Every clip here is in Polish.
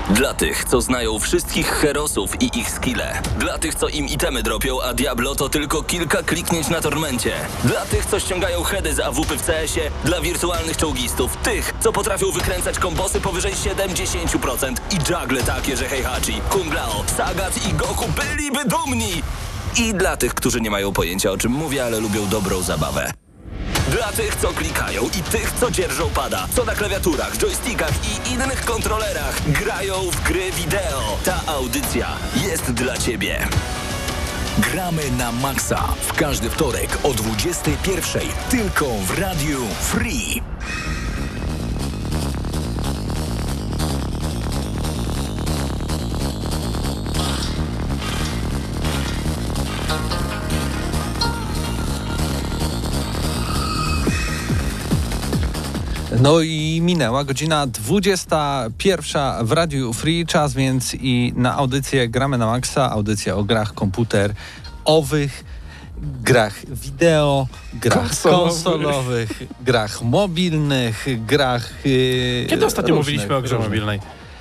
Dla tych, co znają wszystkich herosów i ich skille. Dla tych, co im itemy dropią, a Diablo to tylko kilka kliknięć na tormencie. Dla tych, co ściągają heady z AWP w CS-ie. Dla wirtualnych czołgistów. Tych, co potrafią wykręcać kombosy powyżej 70% i juggle takie, że Heihachi, Kung Lao, Sagat i Goku byliby dumni. I dla tych, którzy nie mają pojęcia, o czym mówię, ale lubią dobrą zabawę. Dla tych, co klikają i tych, co dzierżą pada, co na klawiaturach, joystickach i innych kontrolerach grają w gry wideo. Ta audycja jest dla Ciebie. Gramy na maksa w każdy wtorek o 21:00 tylko w Radiu Free. No i minęła godzina 21 w Radiu Free, czas więc i na audycję Gramy na Maxa, audycja o grach komputerowych, grach wideo, grach konsolowych, grach mobilnych, grach Kiedy ostatnio różnych, mówiliśmy o grze mobilnej?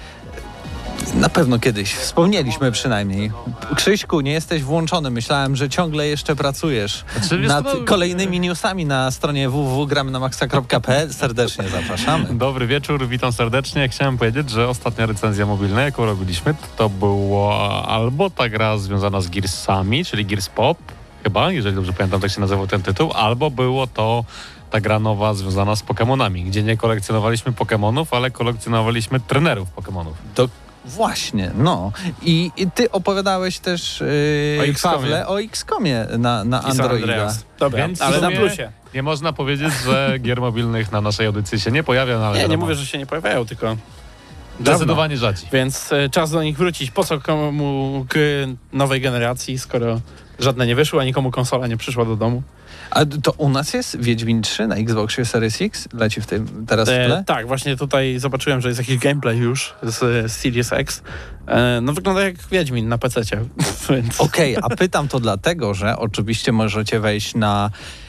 Na pewno kiedyś, wspomnieliśmy przynajmniej. Krzyśku, nie jesteś włączony. Myślałem, że ciągle jeszcze pracujesz nad kolejnymi newsami na stronie www.gramynamaxa.pl. Serdecznie zapraszamy. Dobry wieczór, witam serdecznie. Chciałem powiedzieć, że ostatnia recenzja mobilna, jaką robiliśmy, to była albo ta gra związana z Gearsami, czyli Gears Pop, chyba, jeżeli dobrze pamiętam, tak się nazywał ten tytuł, albo było to ta gra nowa związana z Pokemonami, gdzie nie kolekcjonowaliśmy Pokemonów, ale kolekcjonowaliśmy trenerów Pokemonów. Właśnie, no. I ty opowiadałeś też, Pawle, o XCOMie na Androida. Dobra, Więc ale na plusie. Nie można powiedzieć, że gier mobilnych na naszej audycji się nie pojawia, no ale Nie mówię, że się nie pojawiają, tylko zdecydowanie rzadziej. Więc czas do nich wrócić. Po co komu gry nowej generacji, skoro żadne nie wyszły, a nikomu konsola nie przyszła do domu? A to u nas jest Wiedźmin 3 na Xboxie Series X? Leci w tym teraz w tle? Tak, właśnie tutaj zobaczyłem, że jest jakiś gameplay już z Series X. No wygląda jak Wiedźmin na PC-cie. Więc... Okej, a pytam to dlatego, że oczywiście możecie wejść na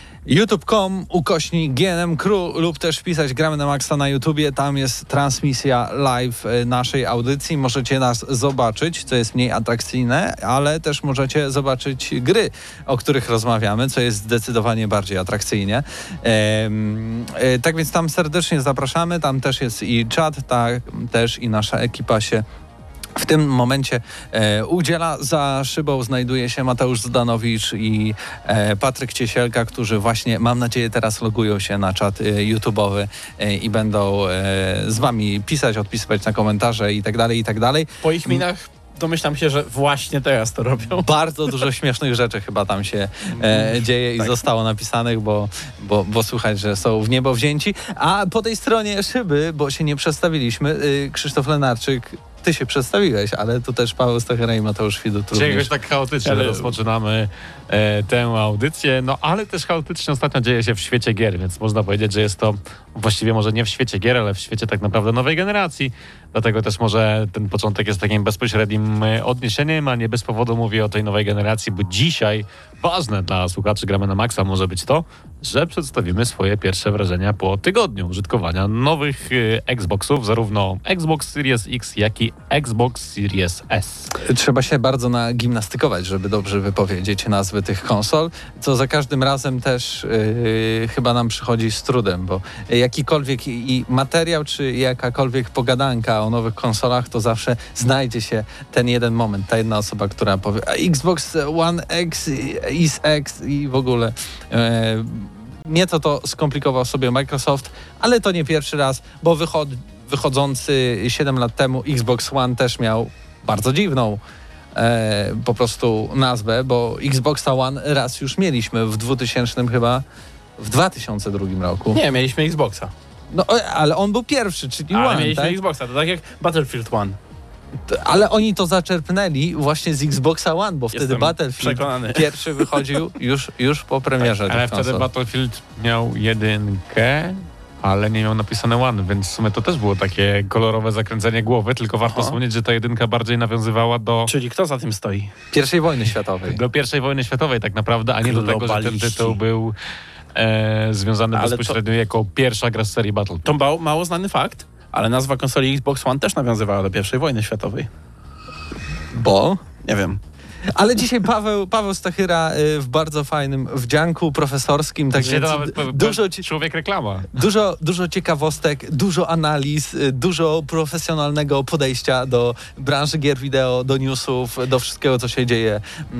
youtube.com/GNM Crew lub też wpisać Gramy na Maxa na YouTubie. Tam jest transmisja live naszej audycji. Możecie nas zobaczyć, co jest mniej atrakcyjne, ale też możecie zobaczyć gry, o których rozmawiamy, co jest zdecydowanie bardziej atrakcyjnie. Tak więc tam serdecznie zapraszamy. Tam też jest i czat, tak też i nasza ekipa się w tym momencie udziela. Za szybą znajduje się Mateusz Zdanowicz i Patryk Ciesielka, którzy właśnie, mam nadzieję, teraz logują się na czat YouTube'owy i będą z wami pisać, odpisywać na komentarze i tak dalej, i tak dalej. Po ich minach domyślam się, że właśnie teraz to robią. Bardzo dużo śmiesznych rzeczy chyba tam się dzieje i zostało napisanych, bo słychać, że są w niebo wzięci. A po tej stronie szyby, bo się nie przedstawiliśmy, Krzysztof Lenarczyk, ty się przedstawiłeś, ale tu też Paweł Stachera i Mateusz Widut Dzisiaj również. jakoś tak chaotycznie rozpoczynamy tę audycję, no ale też chaotycznie ostatnio dzieje się w świecie gier, więc można powiedzieć, że jest to właściwie może nie w świecie gier, ale w świecie tak naprawdę nowej generacji. Dlatego też może ten początek jest takim bezpośrednim odniesieniem, a nie bez powodu mówię o tej nowej generacji, bo dzisiaj ważne dla słuchaczy Gramy na Maxa może być to, że przedstawimy swoje pierwsze wrażenia po tygodniu użytkowania nowych Xboxów, zarówno Xbox Series X, jak i Xbox Series S. Trzeba się bardzo nagimnastykować, żeby dobrze wypowiedzieć nazwy tych konsol, co za każdym razem też chyba nam przychodzi z trudem, bo jakikolwiek i materiał, czy jakakolwiek pogadanka o nowych konsolach, to zawsze znajdzie się ten jeden moment, ta jedna osoba, która powie Xbox One X, Is X i w ogóle... Nieco to skomplikował sobie Microsoft, ale to nie pierwszy raz, bo wychodzący 7 lat temu Xbox One też miał bardzo dziwną po prostu nazwę, bo Xboxa One raz już mieliśmy w 2002 roku. Nie, mieliśmy Xboxa. No, ale on był pierwszy, czyli ale One, mieliśmy tak? Xboxa, to tak jak Battlefield 1. Ale oni to zaczerpnęli właśnie z Xboxa One, bo wtedy Jestem Battlefield przekonany. pierwszy wychodził już po premierze. Ale tych wtedy konsol. Battlefield miał 1, ale nie miał napisane One, więc w sumie to też było takie kolorowe zakręcenie głowy, tylko warto wspomnieć, że ta 1 bardziej nawiązywała do... Czyli kto za tym stoi? I wojny światowej. Do I wojny światowej tak naprawdę, a nie do tego, że ten Globaliści. tytuł był związany Ale bezpośrednio jako pierwsza gra z serii Battlefield. To mało znany fakt, ale nazwa konsoli Xbox One też nawiązywała do I wojny światowej. Bo? Nie wiem. Ale dzisiaj Paweł Stachyra w bardzo fajnym wdzianku profesorskim, tak Dzisiaj więc to nawet człowiek reklama. dużo ciekawostek, dużo analiz, dużo profesjonalnego podejścia do branży gier wideo, do newsów, do wszystkiego, co się dzieje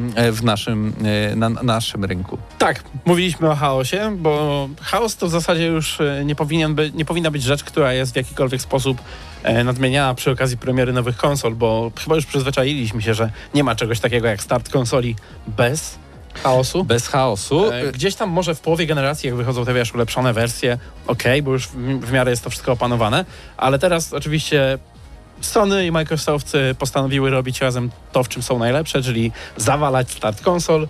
na naszym rynku. Tak, mówiliśmy o chaosie, bo chaos to w zasadzie już nie powinna być rzecz, która jest w jakikolwiek sposób nadmieniana przy okazji premiery nowych konsol, bo chyba już przyzwyczailiśmy się, że nie ma czegoś takiego jak start konsoli bez chaosu. Bez chaosu. Gdzieś tam może w połowie generacji, jak wychodzą te ulepszone wersje, bo już w miarę jest to wszystko opanowane, ale teraz oczywiście Sony i Microsoft postanowiły robić razem to, w czym są najlepsze, czyli zawalać start konsol.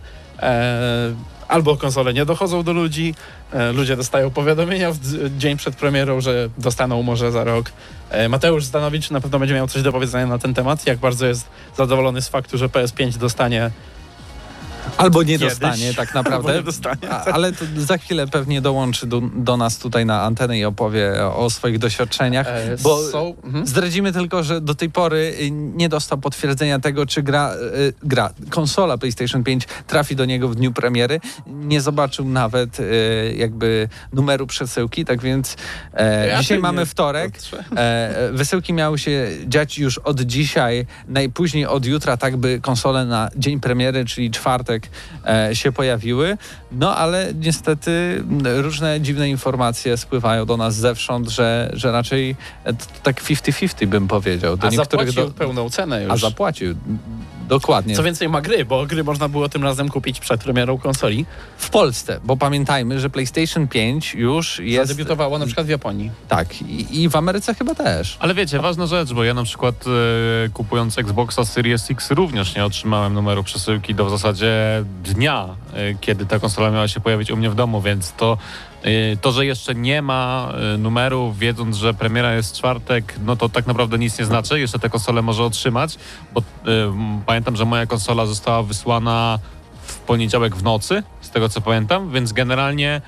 Albo konsole nie dochodzą do ludzi, ludzie dostają powiadomienia w dzień przed premierą, że dostaną może za rok. Mateusz Zdanowicz na pewno będzie miał coś do powiedzenia na ten temat, jak bardzo jest zadowolony z faktu, że PS5 dostanie Albo nie kiedyś. dostanie tak naprawdę. Albo nie dostanie. Ale to za chwilę pewnie dołączy do nas tutaj na antenę i opowie o swoich doświadczeniach. Bo zdradzimy tylko, że do tej pory nie dostał potwierdzenia tego, czy konsola PlayStation 5 trafi do niego w dniu premiery. Nie zobaczył nawet jakby numeru przesyłki, tak więc dzisiaj mamy wtorek. Wysyłki miały się dziać już od dzisiaj, najpóźniej od jutra, tak by konsole na dzień premiery, czyli czwartek, się pojawiły, no ale niestety różne dziwne informacje spływają do nas zewsząd, że raczej tak 50-50 bym powiedział. Do niektórych zapłacił pełną cenę już. A zapłacił. Dokładnie. Co więcej, ma gry, bo gry można było tym razem kupić przed premierą konsoli. W Polsce, bo pamiętajmy, że PlayStation 5 już jest... Zadebiutowało na przykład w Japonii. Tak, i w Ameryce chyba też. Ale wiecie, ważna rzecz, bo ja na przykład kupując Xboxa Series X również nie otrzymałem numeru przesyłki do w zasadzie dnia, kiedy ta konsola miała się pojawić u mnie w domu, więc to, że jeszcze nie ma numeru, wiedząc, że premiera jest w czwartek, no to tak naprawdę nic nie znaczy. Jeszcze tę konsolę może otrzymać, bo pamiętam, że moja konsola została wysłana w poniedziałek w nocy, z tego co pamiętam, więc generalnie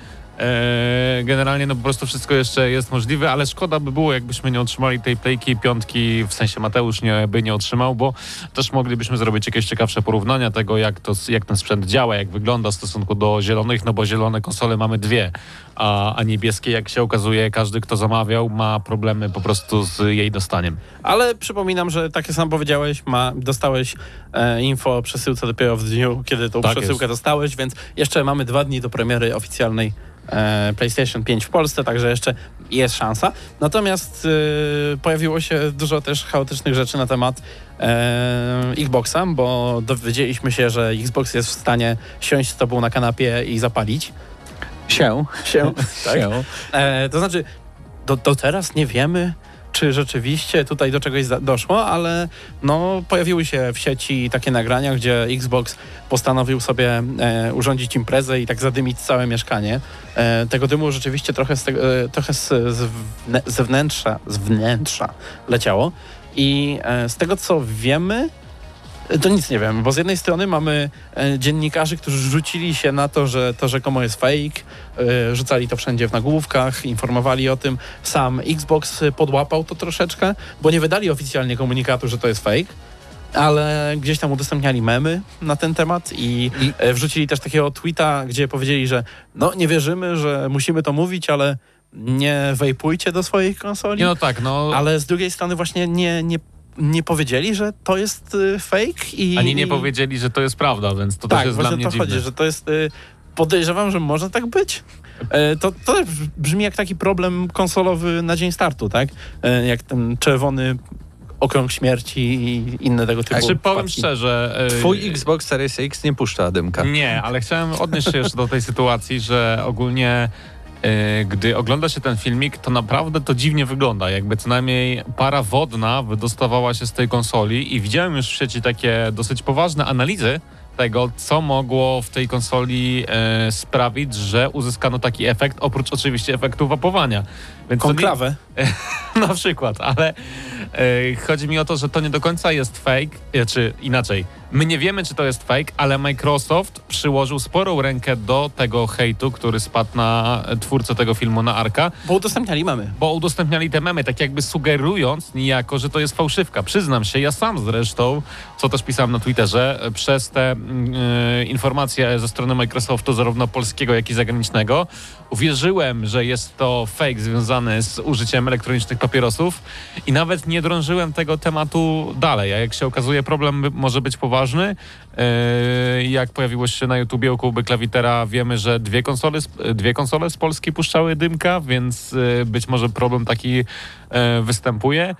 no po prostu wszystko jeszcze jest możliwe, ale szkoda by było, jakbyśmy nie otrzymali tej Playki 5, w sensie Mateusz by nie otrzymał, bo też moglibyśmy zrobić jakieś ciekawsze porównania tego, jak ten sprzęt działa, jak wygląda w stosunku do zielonych, no bo zielone konsole mamy dwie, a niebieskie, jak się okazuje, każdy, kto zamawiał, ma problemy po prostu z jej dostaniem. Ale przypominam, że tak jak sam powiedziałeś, dostałeś info o przesyłce dopiero w dniu, kiedy tą przesyłkę dostałeś, więc jeszcze mamy 2 dni do premiery oficjalnej PlayStation 5 w Polsce, także jeszcze jest szansa. Natomiast pojawiło się dużo też chaotycznych rzeczy na temat Xboxa, bo dowiedzieliśmy się, że Xbox jest w stanie siąść z tobą na kanapie i zapalić. Tak? To znaczy, do teraz nie wiemy, czy rzeczywiście tutaj do czegoś doszło, ale no, pojawiły się w sieci takie nagrania, gdzie Xbox postanowił sobie urządzić imprezę i tak zadymić całe mieszkanie. Tego dymu rzeczywiście trochę z wnętrza leciało i z tego co wiemy, to nic nie wiem, bo z jednej strony mamy dziennikarzy, którzy rzucili się na to, że to rzekomo jest fake, rzucali to wszędzie w nagłówkach, informowali o tym. Sam Xbox podłapał to troszeczkę, bo nie wydali oficjalnie komunikatu, że to jest fake, ale gdzieś tam udostępniali memy na ten temat i wrzucili też takiego tweeta, gdzie powiedzieli, że no nie wierzymy, że musimy to mówić, ale nie wejpujcie do swoich konsoli. No tak, no. Ale z drugiej strony właśnie nie powiedzieli, że to jest fake i... Ani nie powiedzieli, że to jest prawda, więc to też jest dla mnie to dziwne. chodzi, że to jest... Podejrzewam, że może tak być. To też brzmi jak taki problem konsolowy na dzień startu, tak? Jak ten czerwony okrąg śmierci i inne tego typu Znaczy, powiem wpadki. szczerze... Twój Xbox Series X nie puszcza dymka. Nie, ale chciałem odnieść się jeszcze do tej sytuacji, że ogólnie gdy ogląda się ten filmik, to naprawdę to dziwnie wygląda. Jakby co najmniej para wodna wydostawała się z tej konsoli i widziałem już w sieci takie dosyć poważne analizy tego, co mogło w tej konsoli sprawić, że uzyskano taki efekt, oprócz oczywiście efektu wapowania. Więc Konklawę. Na przykład, ale chodzi mi o to, że to nie do końca jest fake, czy inaczej. My nie wiemy, czy to jest fake, ale Microsoft przyłożył sporą rękę do tego hejtu, który spadł na twórcę tego filmu, na Arka, Bo udostępniali memy. bo udostępniali te memy, tak jakby sugerując niejako, że to jest fałszywka. Przyznam się, ja sam zresztą, co też pisałem na Twitterze, przez te informacje ze strony Microsoftu, zarówno polskiego, jak i zagranicznego, uwierzyłem, że jest to fake związany z użyciem elektronicznych papierosów i nawet nie drążyłem tego tematu dalej, a jak się okazuje, problem może być poważny. Jak pojawiło się na YouTubie u Kuby Klawitera, wiemy, że dwie konsole z Polski puszczały dymka, więc być może problem taki występuje.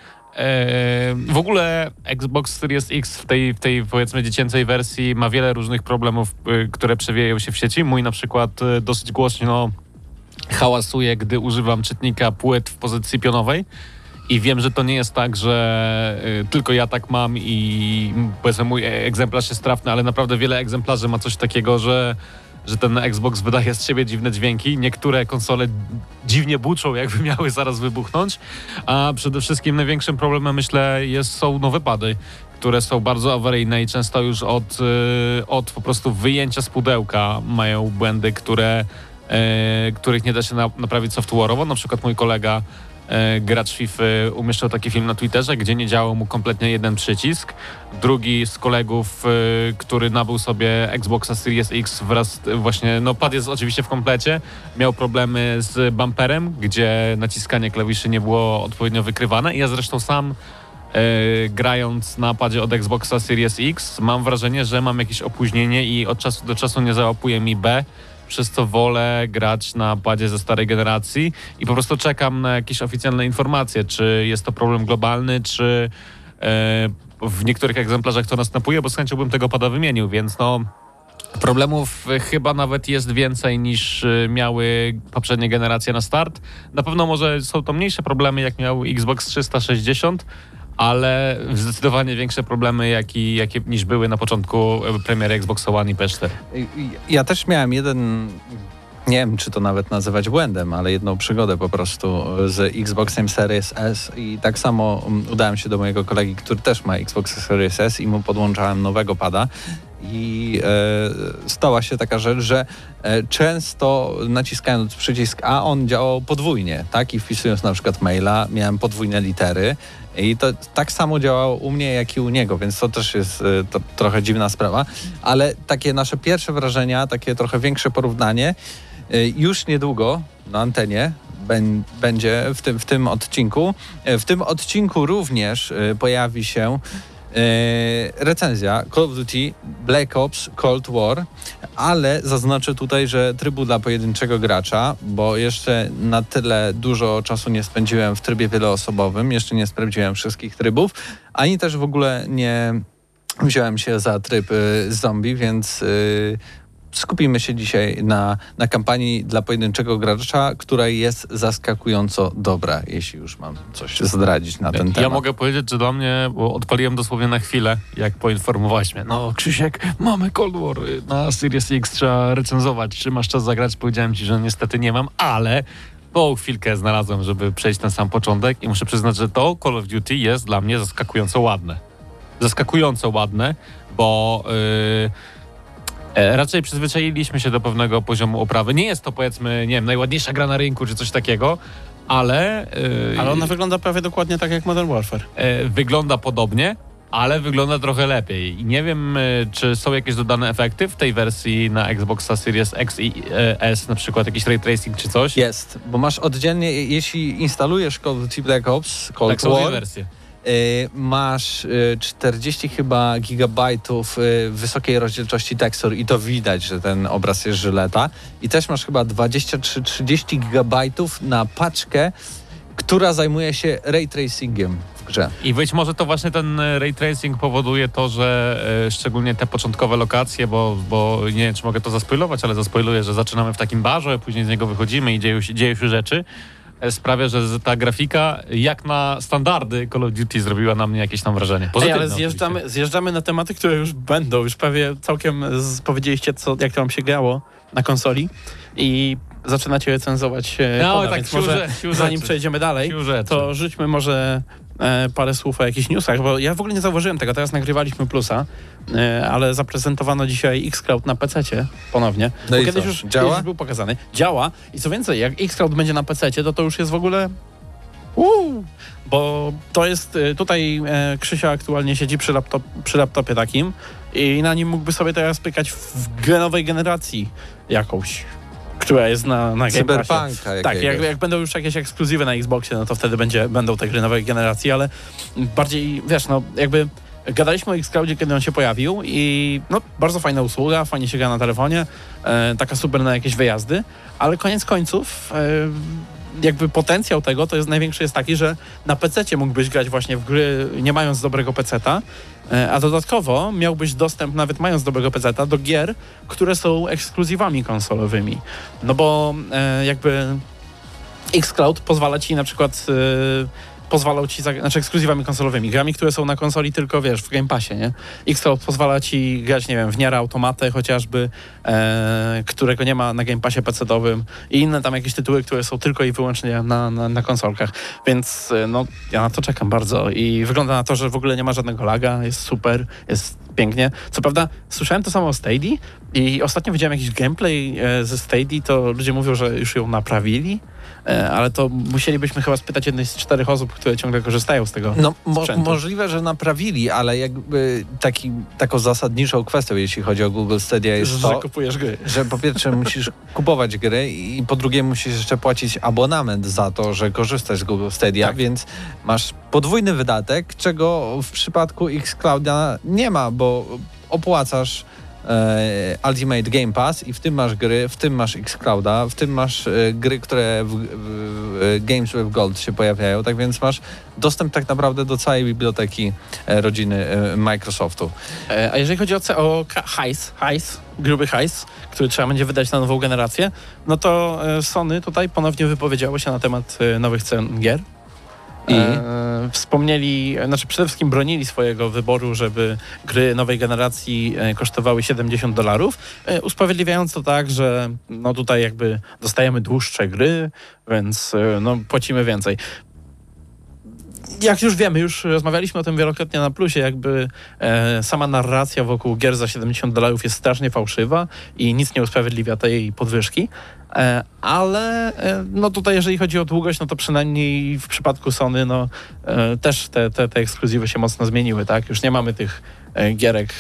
W ogóle Xbox Series X w tej powiedzmy dziecięcej wersji ma wiele różnych problemów, które przewijają się w sieci. Mój na przykład dosyć głośno hałasuje, gdy używam czytnika płyt w pozycji pionowej. I wiem, że to nie jest tak, że tylko ja tak mam i powiedzmy mój egzemplarz jest trafny, ale naprawdę wiele egzemplarzy ma coś takiego, że ten Xbox wydaje z siebie dziwne dźwięki. Niektóre konsole dziwnie buczą, jakby miały zaraz wybuchnąć. A przede wszystkim największym problemem, myślę, są nowe pady, które są bardzo awaryjne i często już od po prostu wyjęcia z pudełka mają błędy, których nie da się naprawić software'owo. Na przykład mój kolega gracz FIFA umieszczał taki film na Twitterze, gdzie nie działał mu kompletnie jeden przycisk. Drugi z kolegów, który nabył sobie Xboxa Series X wraz właśnie, no pad jest oczywiście w komplecie, miał problemy z bumperem, gdzie naciskanie klawiszy nie było odpowiednio wykrywane. I ja zresztą sam grając na padzie od Xboxa Series X mam wrażenie, że mam jakieś opóźnienie i od czasu do czasu nie załapuje mi B, przez co wolę grać na padzie ze starej generacji i po prostu czekam na jakieś oficjalne informacje, czy jest to problem globalny, czy w niektórych egzemplarzach to następuje, bo z chęcią bym tego pada wymienił, więc no problemów chyba nawet jest więcej niż miały poprzednie generacje na start. Na pewno może są to mniejsze problemy, jak miał Xbox 360, ale zdecydowanie większe problemy, jakie niż były na początku premiery Xbox One i PS4. Ja też miałem nie wiem, czy to nawet nazywać błędem, ale jedną przygodę po prostu z Xboxem Series S i tak samo udałem się do mojego kolegi, który też ma Xbox Series S i mu podłączałem nowego pada i stała się taka rzecz, że często naciskając przycisk A on działał podwójnie, tak? I wpisując na przykład maila miałem podwójne litery i to tak samo działało u mnie, jak i u niego, więc to też jest trochę dziwna sprawa, ale takie nasze pierwsze wrażenia, takie trochę większe porównanie już niedługo na antenie będzie w tym odcinku. W tym odcinku również pojawi się recenzja Call of Duty Black Ops Cold War, ale zaznaczę tutaj, że trybu dla pojedynczego gracza, bo jeszcze na tyle dużo czasu nie spędziłem w trybie wieloosobowym, jeszcze nie sprawdziłem wszystkich trybów, ani też w ogóle nie wziąłem się za tryb zombie, więc skupimy się dzisiaj na kampanii dla pojedynczego gracza, która jest zaskakująco dobra, jeśli już mam coś zdradzić na ten temat. Ja mogę powiedzieć, że dla mnie, bo odpaliłem dosłownie na chwilę, jak poinformowałeś mnie, no Krzysiek, mamy Cold War na Series X, trzeba recenzować, czy masz czas zagrać? Powiedziałem ci, że niestety nie mam, ale po chwilkę znalazłem, żeby przejść ten sam początek i muszę przyznać, że to Call of Duty jest dla mnie zaskakująco ładne. Zaskakująco ładne, bo raczej przyzwyczailiśmy się do pewnego poziomu oprawy. Nie jest to, powiedzmy, nie wiem, najładniejsza gra na rynku, czy coś takiego, ale ona wygląda prawie dokładnie tak jak Modern Warfare. Wygląda podobnie, ale wygląda trochę lepiej. I nie wiem, czy są jakieś dodane efekty w tej wersji na Xboxa Series X i S, na przykład jakiś ray tracing czy coś. Jest, bo masz oddzielnie, jeśli instalujesz Call of Duty Black Ops Cold Tak, są dwie War, wersje. masz 40 chyba gigabajtów wysokiej rozdzielczości tekstur i to widać, że ten obraz jest żyleta. I też masz chyba 23-30 gigabajtów na paczkę, która zajmuje się ray tracingiem w grze. I być może to właśnie ten ray tracing powoduje to, że szczególnie te początkowe lokacje, bo nie wiem, czy mogę to zaspoilować, ale zaspoiluję, że zaczynamy w takim barze, później z niego wychodzimy i dzieją się rzeczy. Sprawia, że ta grafika jak na standardy Call of Duty zrobiła na mnie jakieś tam wrażenie. Pozytywne, ale zjeżdżamy na tematy, które już będą. Już prawie całkiem powiedzieliście, jak to wam się grało na konsoli. I zaczynacie recenzować No koda, tak, więc może zanim przejdziemy dalej, to rzućmy może parę słów o jakichś newsach, bo ja w ogóle nie zauważyłem tego, teraz nagrywaliśmy Plusa, ale zaprezentowano dzisiaj xCloud na PC-cie ponownie, No bo i kiedyś co? już Działa? kiedyś był pokazany. Działa i co więcej, jak xCloud będzie na PC-cie, to już jest w ogóle bo to jest, tutaj Krzysia aktualnie siedzi przy laptopie takim i na nim mógłby sobie teraz pykać w nowej generacji jakąś, która jest na Game Passie. Cyberpunka Tak, jakiegoś. jak będą już jakieś ekskluzywy na Xboxie, no to wtedy będą te gry nowej generacji, ale bardziej, wiesz, no jakby gadaliśmy o xCloudzie, kiedy on się pojawił i no bardzo fajna usługa, fajnie się gra na telefonie, taka super na jakieś wyjazdy, ale koniec końców jakby potencjał tego to jest największy jest taki, że na PC-cie mógłbyś grać właśnie w gry nie mając dobrego PC-ta, a dodatkowo miałbyś dostęp, nawet mając dobrego PC-ta, do gier, które są ekskluzywami konsolowymi. No bo jakby xCloud pozwala ci na przykład pozwalał ci, znaczy ekskluzywami konsolowymi, grami, które są na konsoli tylko, wiesz, w Game Passie, nie? xCloud pozwala ci grać, nie wiem, w Nier Automatę chociażby, którego nie ma na Game Passie PC-owym i inne tam jakieś tytuły, które są tylko i wyłącznie na konsolkach. Więc no, ja na to czekam bardzo i wygląda na to, że w ogóle nie ma żadnego laga, jest super, jest pięknie. Co prawda słyszałem to samo o Stadia i ostatnio widziałem jakiś gameplay ze Stadia, to ludzie mówią, że już ją naprawili, ale to musielibyśmy chyba spytać jednej z 4 osób, które ciągle korzystają z tego No sprzętu. możliwe, że naprawili, ale jakby taką zasadniczą kwestią, jeśli chodzi o Google Stadia jest że to, kupujesz gry. że po pierwsze musisz kupować gry i po drugie musisz jeszcze płacić abonament za to, że korzystasz z Google Stadia, Tak. więc masz podwójny wydatek, czego w przypadku xClouda nie ma, bo opłacasz Ultimate Game Pass i w tym masz gry, w tym masz xClouda, w tym masz gry, które w Games with Gold się pojawiają, tak więc masz dostęp tak naprawdę do całej biblioteki rodziny Microsoftu. A jeżeli chodzi o hajs, gruby hajs, który trzeba będzie wydać na nową generację, no to Sony tutaj ponownie wypowiedziało się na temat nowych cen gier. I? Wspomnieli, znaczy przede wszystkim bronili swojego wyboru, żeby gry nowej generacji kosztowały $70, usprawiedliwiając to tak, że no tutaj jakby dostajemy dłuższe gry, więc no płacimy więcej. Jak już wiemy, już rozmawialiśmy o tym wielokrotnie na Plusie, jakby sama narracja wokół gier za $70 jest strasznie fałszywa i nic nie usprawiedliwia tej podwyżki. Ale no tutaj jeżeli chodzi o długość, no to przynajmniej w przypadku Sony no też te ekskluzywy się mocno zmieniły, tak? Już nie mamy tych gierek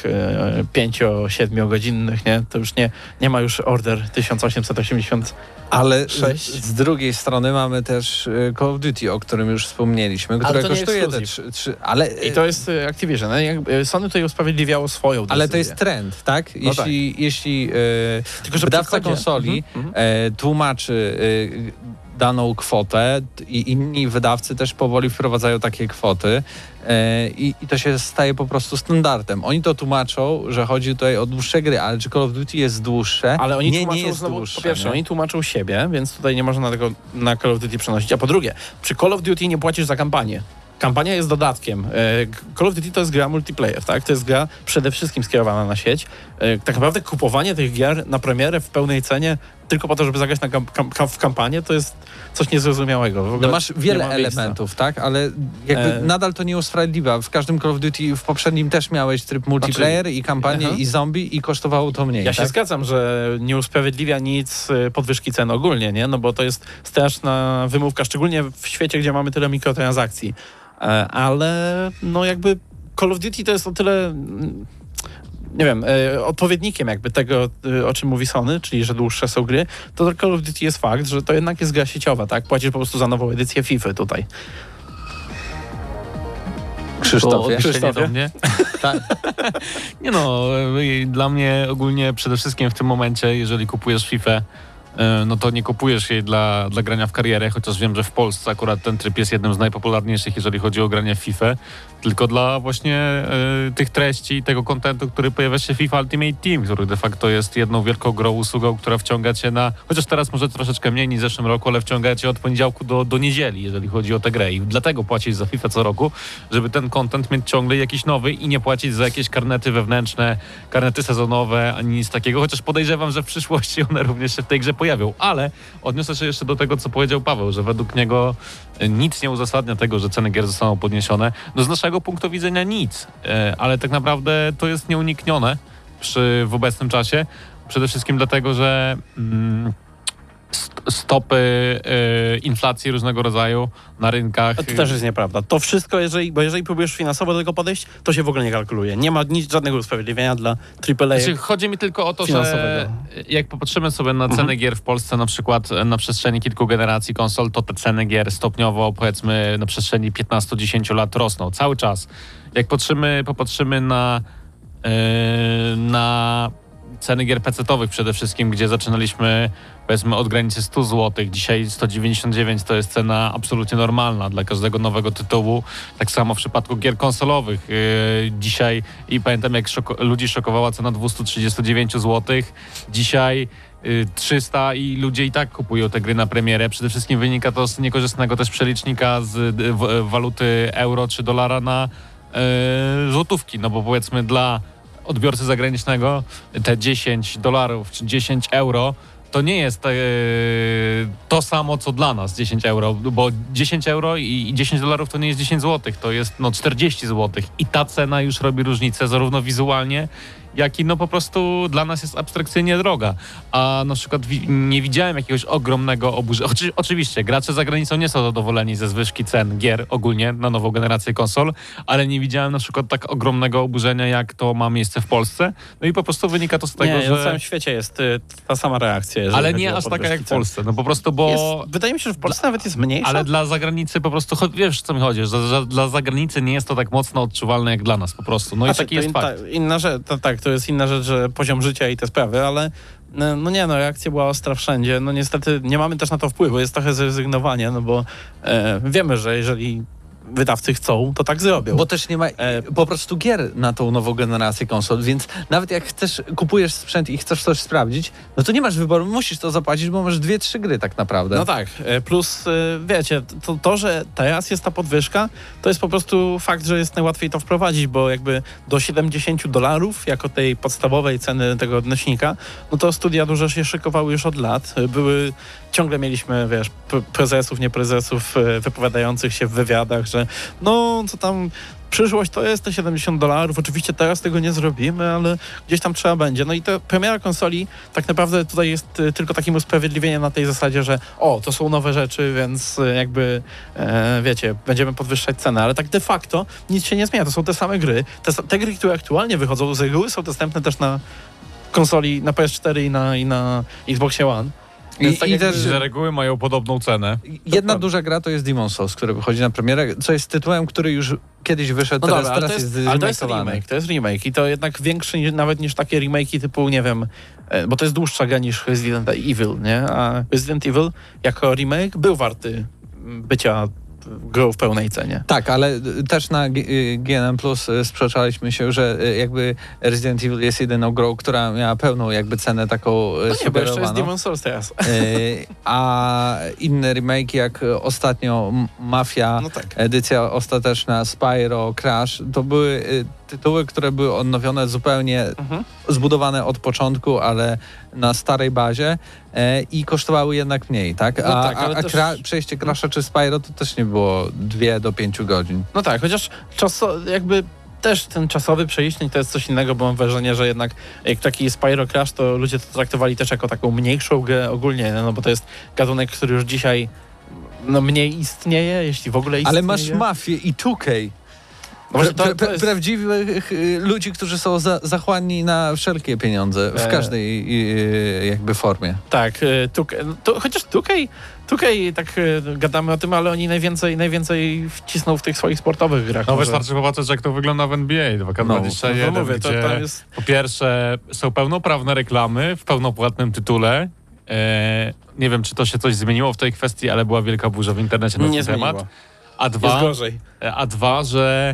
5-7 godzinnych, nie? To już nie ma już Order 1880. Ale 6. z drugiej strony mamy też Call of Duty, o którym już wspomnieliśmy, które to nie kosztuje te ekskluzyw. 3, ale I to jest Activision. Sony tutaj usprawiedliwiało swoją decyzję. ale to jest trend, tak? No Jeśli Tylko, że wydawca przychodzi- konsoli tłumaczy daną kwotę i inni wydawcy też powoli wprowadzają takie kwoty i to się staje po prostu standardem. Oni to tłumaczą, że chodzi tutaj o dłuższe gry, ale czy Call of Duty jest dłuższe? Ale oni nie tłumaczą jest znowu, dłuższe. po pierwsze, nie? oni tłumaczą siebie, więc tutaj nie można tego na Call of Duty przenosić. A po drugie, przy Call of Duty nie płacisz za kampanię. Kampania jest dodatkiem. Call of Duty to jest gra multiplayer, tak? To jest gra przede wszystkim skierowana na sieć. Tak naprawdę kupowanie tych gier na premierę w pełnej cenie tylko po to, żeby zagrać w kampanię, to jest coś niezrozumiałego. W ogóle No masz nie wiele ma miejsca. elementów, tak? Ale jakby nadal to nie usprawiedliwia. W każdym Call of Duty w poprzednim też miałeś tryb multiplayer i kampanię aha. i zombie i kosztowało to mniej. Ja się tak? zgadzam, że nie usprawiedliwia nic podwyżki cen ogólnie, nie? No bo to jest straszna wymówka, szczególnie w świecie, gdzie mamy tyle mikrotransakcji. Ale no jakby Call of Duty to jest o tyle, nie wiem, odpowiednikiem jakby tego, o czym mówi Sony, czyli że dłuższe są gry, to Call of Duty jest fakt, że to jednak jest gra sieciowa, tak? Płacisz po prostu za nową edycję FIFA tutaj. Krzysztofie. Odniesienie do mnie. Tak. Nie no, dla mnie ogólnie przede wszystkim w tym momencie, jeżeli kupujesz FIFA, no to nie kupujesz jej dla grania w karierę, chociaż wiem, że w Polsce akurat ten tryb jest jednym z najpopularniejszych, jeżeli chodzi o granie w FIFA. tylko dla właśnie tych treści, tego kontentu, który pojawia się w FIFA Ultimate Team, który de facto jest jedną wielką grą, usługą, która wciąga cię chociaż teraz może troszeczkę mniej niż w zeszłym roku, ale wciąga cię od poniedziałku do niedzieli, jeżeli chodzi o tę grę i dlatego płacić za FIFA co roku, żeby ten content mieć ciągle jakiś nowy i nie płacić za jakieś karnety wewnętrzne, karnety sezonowe, ani nic takiego, chociaż podejrzewam, że w przyszłości one również się w tej grze pojawią, ale odniosę się jeszcze do tego, co powiedział Paweł, że według niego nic nie uzasadnia tego, że ceny gier zostaną podniesione. No z naszego punktu widzenia nic, ale tak naprawdę to jest nieuniknione w obecnym czasie. Przede wszystkim dlatego, że stopy inflacji różnego rodzaju na rynkach. To też jest nieprawda. To wszystko, bo jeżeli próbujesz finansowo do tego podejść, to się w ogóle nie kalkuluje. Nie ma żadnego usprawiedliwienia dla AAA. Znaczy, chodzi mi tylko o to, że finansowego. jak popatrzymy sobie na ceny gier w Polsce, na przykład na przestrzeni kilku generacji konsol, to te ceny gier stopniowo, powiedzmy, na przestrzeni 15-10 lat rosną cały czas. Jak popatrzymy na ceny gier PC-towych przede wszystkim, gdzie zaczynaliśmy powiedzmy od granicy 100 zł, dzisiaj 199 to jest cena absolutnie normalna dla każdego nowego tytułu. Tak samo w przypadku gier konsolowych. Dzisiaj i pamiętam jak ludzi szokowała cena 239 zł, dzisiaj 300 i ludzie i tak kupują te gry na premierę. Przede wszystkim wynika to z niekorzystnego też przelicznika z waluty euro czy dolara na złotówki, no bo powiedzmy dla odbiorcy zagranicznego te $10 czy 10 euro to nie jest to samo, co dla nas 10 euro, bo 10 euro i $10 to nie jest 10 zł, to jest 40 zł i ta cena już robi różnicę zarówno wizualnie, jak i po prostu dla nas jest abstrakcyjnie droga. A na przykład nie widziałem jakiegoś ogromnego oburzenia. Oczywiście gracze za granicą nie są zadowoleni ze zwyżki cen gier ogólnie na nową generację konsol, ale nie widziałem na przykład tak ogromnego oburzenia, jak to ma miejsce w Polsce. No i po prostu wynika to z tego, że... Na całym świecie jest ta sama reakcja. Ale nie aż taka jak w Polsce. No po prostu, bo... Wydaje mi się, że w Polsce nawet jest mniejsza. Ale dla zagranicy po prostu, wiesz co mi chodzi, że dla zagranicy nie jest to tak mocno odczuwalne jak dla nas po prostu. No i taki jest fakt. Inna rzecz, to jest inna rzecz, że poziom życia i te sprawy, ale reakcja była ostra wszędzie. No niestety nie mamy też na to wpływu, jest trochę zrezygnowanie, no bo wiemy, że jeżeli wydawcy chcą, to tak zrobią. Bo też nie ma po prostu gier na tą nową generację konsol, więc nawet jak kupujesz sprzęt i chcesz coś sprawdzić, no to nie masz wyboru, musisz to zapłacić, bo masz 2-3 gry tak naprawdę. No tak, plus wiecie, to, że teraz jest ta podwyżka, to jest po prostu fakt, że jest najłatwiej to wprowadzić, bo jakby do $70 jako tej podstawowej ceny tego odnośnika, no to studia duże się szykowały już od lat. Ciągle mieliśmy, wiesz, prezesów, nie prezesów wypowiadających się w wywiadach, że no, co tam przyszłość to jest te $70. Oczywiście teraz tego nie zrobimy, ale gdzieś tam trzeba będzie. No i ta premiera konsoli tak naprawdę tutaj jest tylko takim usprawiedliwieniem na tej zasadzie, że to są nowe rzeczy, więc jakby wiecie, będziemy podwyższać cenę, ale tak de facto nic się nie zmienia. To są te same gry. Te gry, które aktualnie wychodzą z reguły, są dostępne też na konsoli, na PS4 i na Xboxie One. I też z reguły mają podobną cenę. Jedna duża gra to jest Demon's Souls, który wychodzi na premierę, co jest tytułem, który już kiedyś wyszedł, no teraz, dobra, teraz jest ale to jest remake i to jednak większy nawet niż takie remake'i typu, nie wiem, bo to jest dłuższa gra niż Resident Evil, nie? A Resident Evil jako remake był warty bycia grą w pełnej cenie. Tak, ale też na GNM Plus sprzeczaliśmy się, że jakby Resident Evil jest jedyną grą, która miała pełną jakby cenę taką nie, bo jeszcze jest Demon's Souls teraz. A inne remake jak ostatnio Mafia, no tak. Edycja ostateczna, Spyro, Crash, to były tytuły, które były odnowione zupełnie, zbudowane od początku, ale na starej bazie i kosztowały jednak mniej, tak? No tak, ale też... przejście Crasha czy Spyro to też nie było 2 do 5 godzin. No tak, chociaż jakby też ten czasowy przelicznik to jest coś innego, bo mam wrażenie, że jednak jak taki Spyro Crash, to ludzie to traktowali też jako taką mniejszą grę ogólnie, no bo to jest gatunek, który już dzisiaj mniej istnieje, jeśli w ogóle istnieje. Ale masz Mafię i 2K. Prawdziwych ludzi, którzy są zachłanni na wszelkie pieniądze w każdej jakby formie. Tak, chociaż 2K tak gadamy o tym, ale oni najwięcej wcisną w tych swoich sportowych grach. No wystarczy popatrzeć, jak to wygląda w NBA 2K21, no, mówię, gdzie to jest... po pierwsze są pełnoprawne reklamy w pełnopłatnym tytule. Nie wiem, czy to się coś zmieniło w tej kwestii, ale była wielka burza w internecie na ten temat. Jest gorzej. A dwa, że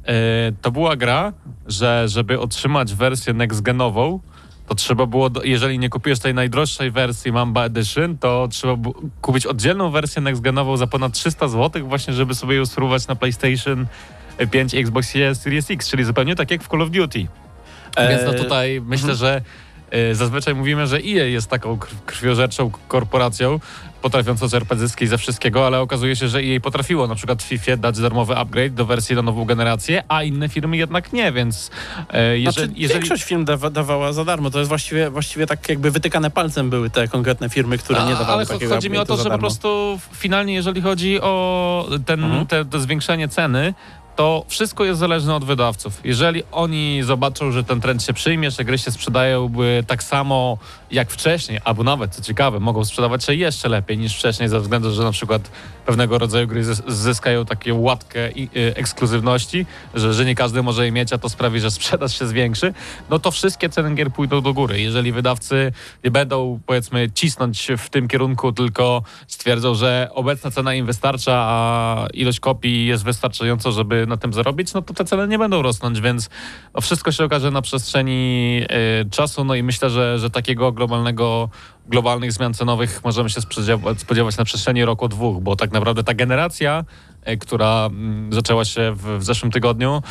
to była gra, że żeby otrzymać wersję next-genową, to trzeba było, jeżeli nie kupiłeś tej najdroższej wersji Mamba Edition, to trzeba było kupić oddzielną wersję next-genową za ponad 300 zł właśnie, żeby sobie ją spróbować na PlayStation 5 i Xbox Series X, czyli zupełnie tak jak w Call of Duty. Więc no tutaj myślę, że zazwyczaj mówimy, że EA jest taką krwiożerczą korporacją, potrafiącą czerpać zyski ze wszystkiego, ale okazuje się, że EA potrafiło na przykład w FIFA dać darmowy upgrade do wersji na nową generację, a inne firmy jednak nie, więc jeżeli... Większość firm dawała za darmo, to jest właściwie tak jakby wytykane palcem były te konkretne firmy, które nie dawały ale takiego chodzi mi o to, że po prostu finalnie, jeżeli chodzi o to zwiększenie ceny, to wszystko jest zależne od wydawców. Jeżeli oni zobaczą, że ten trend się przyjmie, że gry się sprzedają tak samo jak wcześniej, albo nawet, co ciekawe, mogą sprzedawać się jeszcze lepiej niż wcześniej, ze względu, że na przykład pewnego rodzaju gry zyskają takie łatkę ekskluzywności, że nie każdy może je mieć, a to sprawi, że sprzedaż się zwiększy, no to wszystkie ceny gier pójdą do góry. Jeżeli wydawcy nie będą, powiedzmy, cisnąć w tym kierunku, tylko stwierdzą, że obecna cena im wystarcza, a ilość kopii jest wystarczająca, żeby na tym zarobić, no to te ceny nie będą rosnąć, więc no wszystko się okaże na przestrzeni czasu, no i myślę, że takiego globalnych zmian cenowych możemy się spodziewać na przestrzeni roku, dwóch, bo tak naprawdę ta generacja, która zaczęła się w zeszłym tygodniu,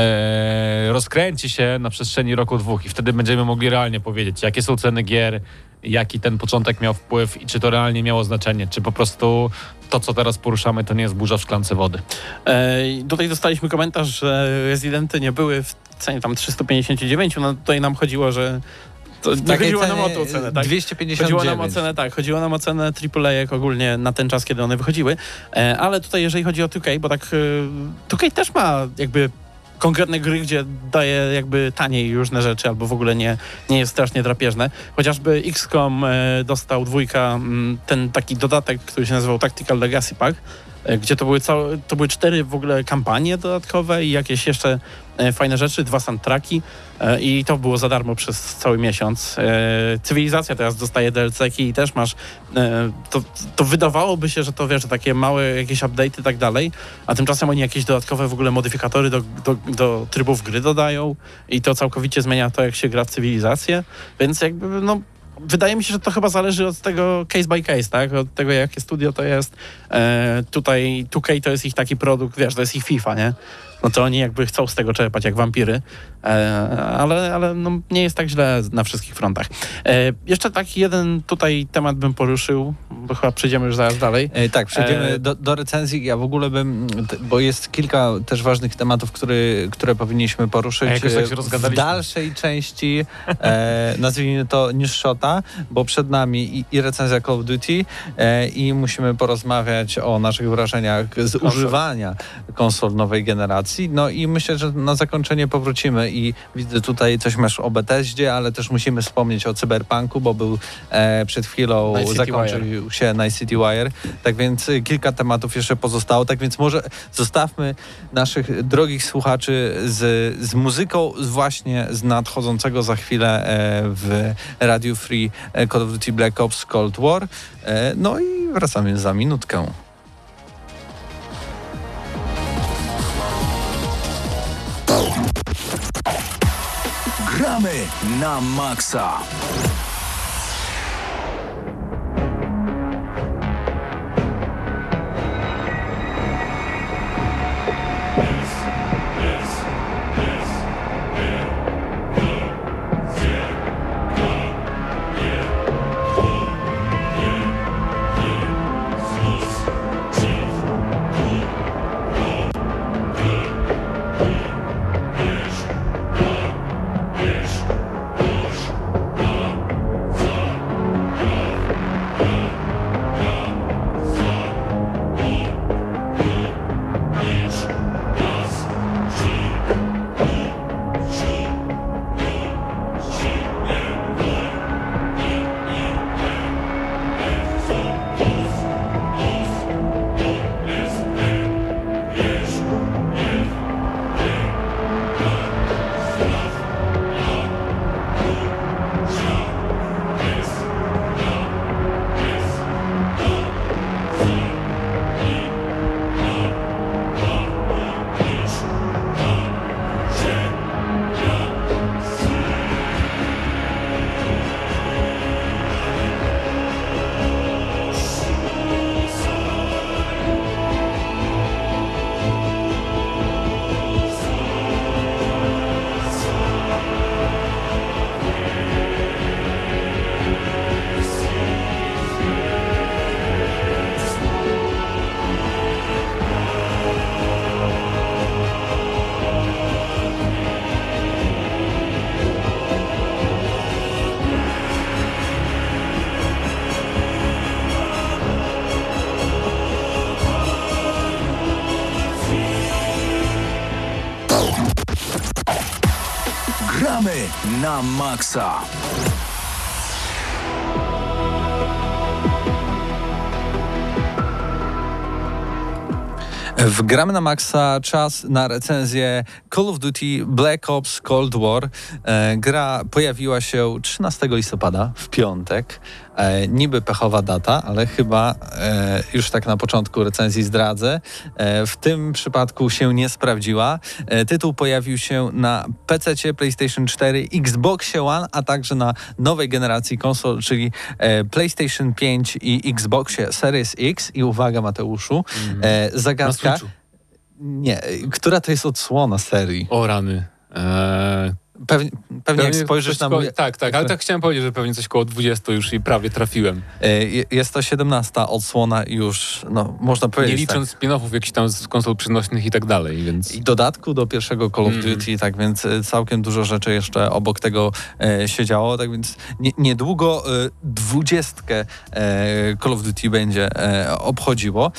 rozkręci się na przestrzeni roku, dwóch i wtedy będziemy mogli realnie powiedzieć, jakie są ceny gier, jaki ten początek miał wpływ i czy to realnie miało znaczenie, czy po prostu to, co teraz poruszamy, to nie jest burza w szklance wody. Tutaj dostaliśmy komentarz, że Rezydenty nie były w cenie tam 359, no tutaj nam chodziło, że to nie chodziło nam o tą cenę, tak? 259. Chodziło nam o cenę, tak. Chodziło nam o cenę AAA ogólnie na ten czas, kiedy one wychodziły. Ale tutaj, jeżeli chodzi o 2K, bo tak 2K też ma jakby konkretne gry, gdzie daje jakby taniej różne rzeczy, albo w ogóle nie jest strasznie drapieżne. Chociażby XCOM dostał ten taki dodatek, który się nazywał Tactical Legacy Pack, gdzie to były 4 w ogóle kampanie dodatkowe i jakieś jeszcze fajne rzeczy, 2 soundtracki i to było za darmo przez cały miesiąc. Cywilizacja teraz dostaje DLC-ki i też masz to wydawałoby się, że to wiesz, że takie małe jakieś update'y i tak dalej, a tymczasem oni jakieś dodatkowe w ogóle modyfikatory do trybów gry dodają i to całkowicie zmienia to, jak się gra w cywilizację, więc jakby no wydaje mi się, że to chyba zależy od tego case by case, tak? Od tego, jakie studio to jest. Tutaj 2K to jest ich taki produkt, wiesz, to jest ich FIFA, nie? No to oni jakby chcą z tego czerpać jak wampiry, ale no nie jest tak źle na wszystkich frontach. Jeszcze taki jeden tutaj temat bym poruszył, bo chyba przejdziemy już zaraz dalej. Tak, przejdziemy do recenzji. Ja w ogóle bo jest kilka też ważnych tematów, które powinniśmy poruszyć jakoś tak się w rozgadaliśmy. dalszej części, nazwijmy to Newsshota, bo przed nami i recenzja Call of Duty i musimy porozmawiać o naszych wrażeniach z używania konsol nowej generacji. No i myślę, że na zakończenie powrócimy i widzę tutaj coś masz o Bethesdzie, ale też musimy wspomnieć o Cyberpunku, bo był przed chwilą zakończył się Night City Wire. Tak więc kilka tematów jeszcze pozostało. Tak więc może zostawmy naszych drogich słuchaczy z muzyką właśnie z nadchodzącego za chwilę w Radio Free Call of Duty Black Ops Cold War. No i wracamy za minutkę. Gramy na maksa. Gramy na maksa. W Gramy na Maxa czas na recenzję Call of Duty Black Ops Cold War. Gra pojawiła się 13 listopada, w piątek. Niby pechowa data, ale chyba już tak na początku recenzji zdradzę. W tym przypadku się nie sprawdziła. Tytuł pojawił się na PC, PlayStation 4, Xboxie One, a także na nowej generacji konsol, czyli PlayStation 5 i Xboxie Series X. I uwaga, Mateuszu, zagadka. Nie, która to jest odsłona serii? O rany. Pewnie jak spojrzysz na mój... Tak, ale tak chciałem powiedzieć, że pewnie coś koło 20 już i prawie trafiłem. Jest to 17 odsłona już, no można powiedzieć. Nie licząc spin-offów jakichś tam z konsol przenośnych i tak dalej, więc... I dodatku do pierwszego Call of Duty, tak więc całkiem dużo rzeczy jeszcze obok tego się działo, tak więc niedługo 20 Call of Duty będzie obchodziło.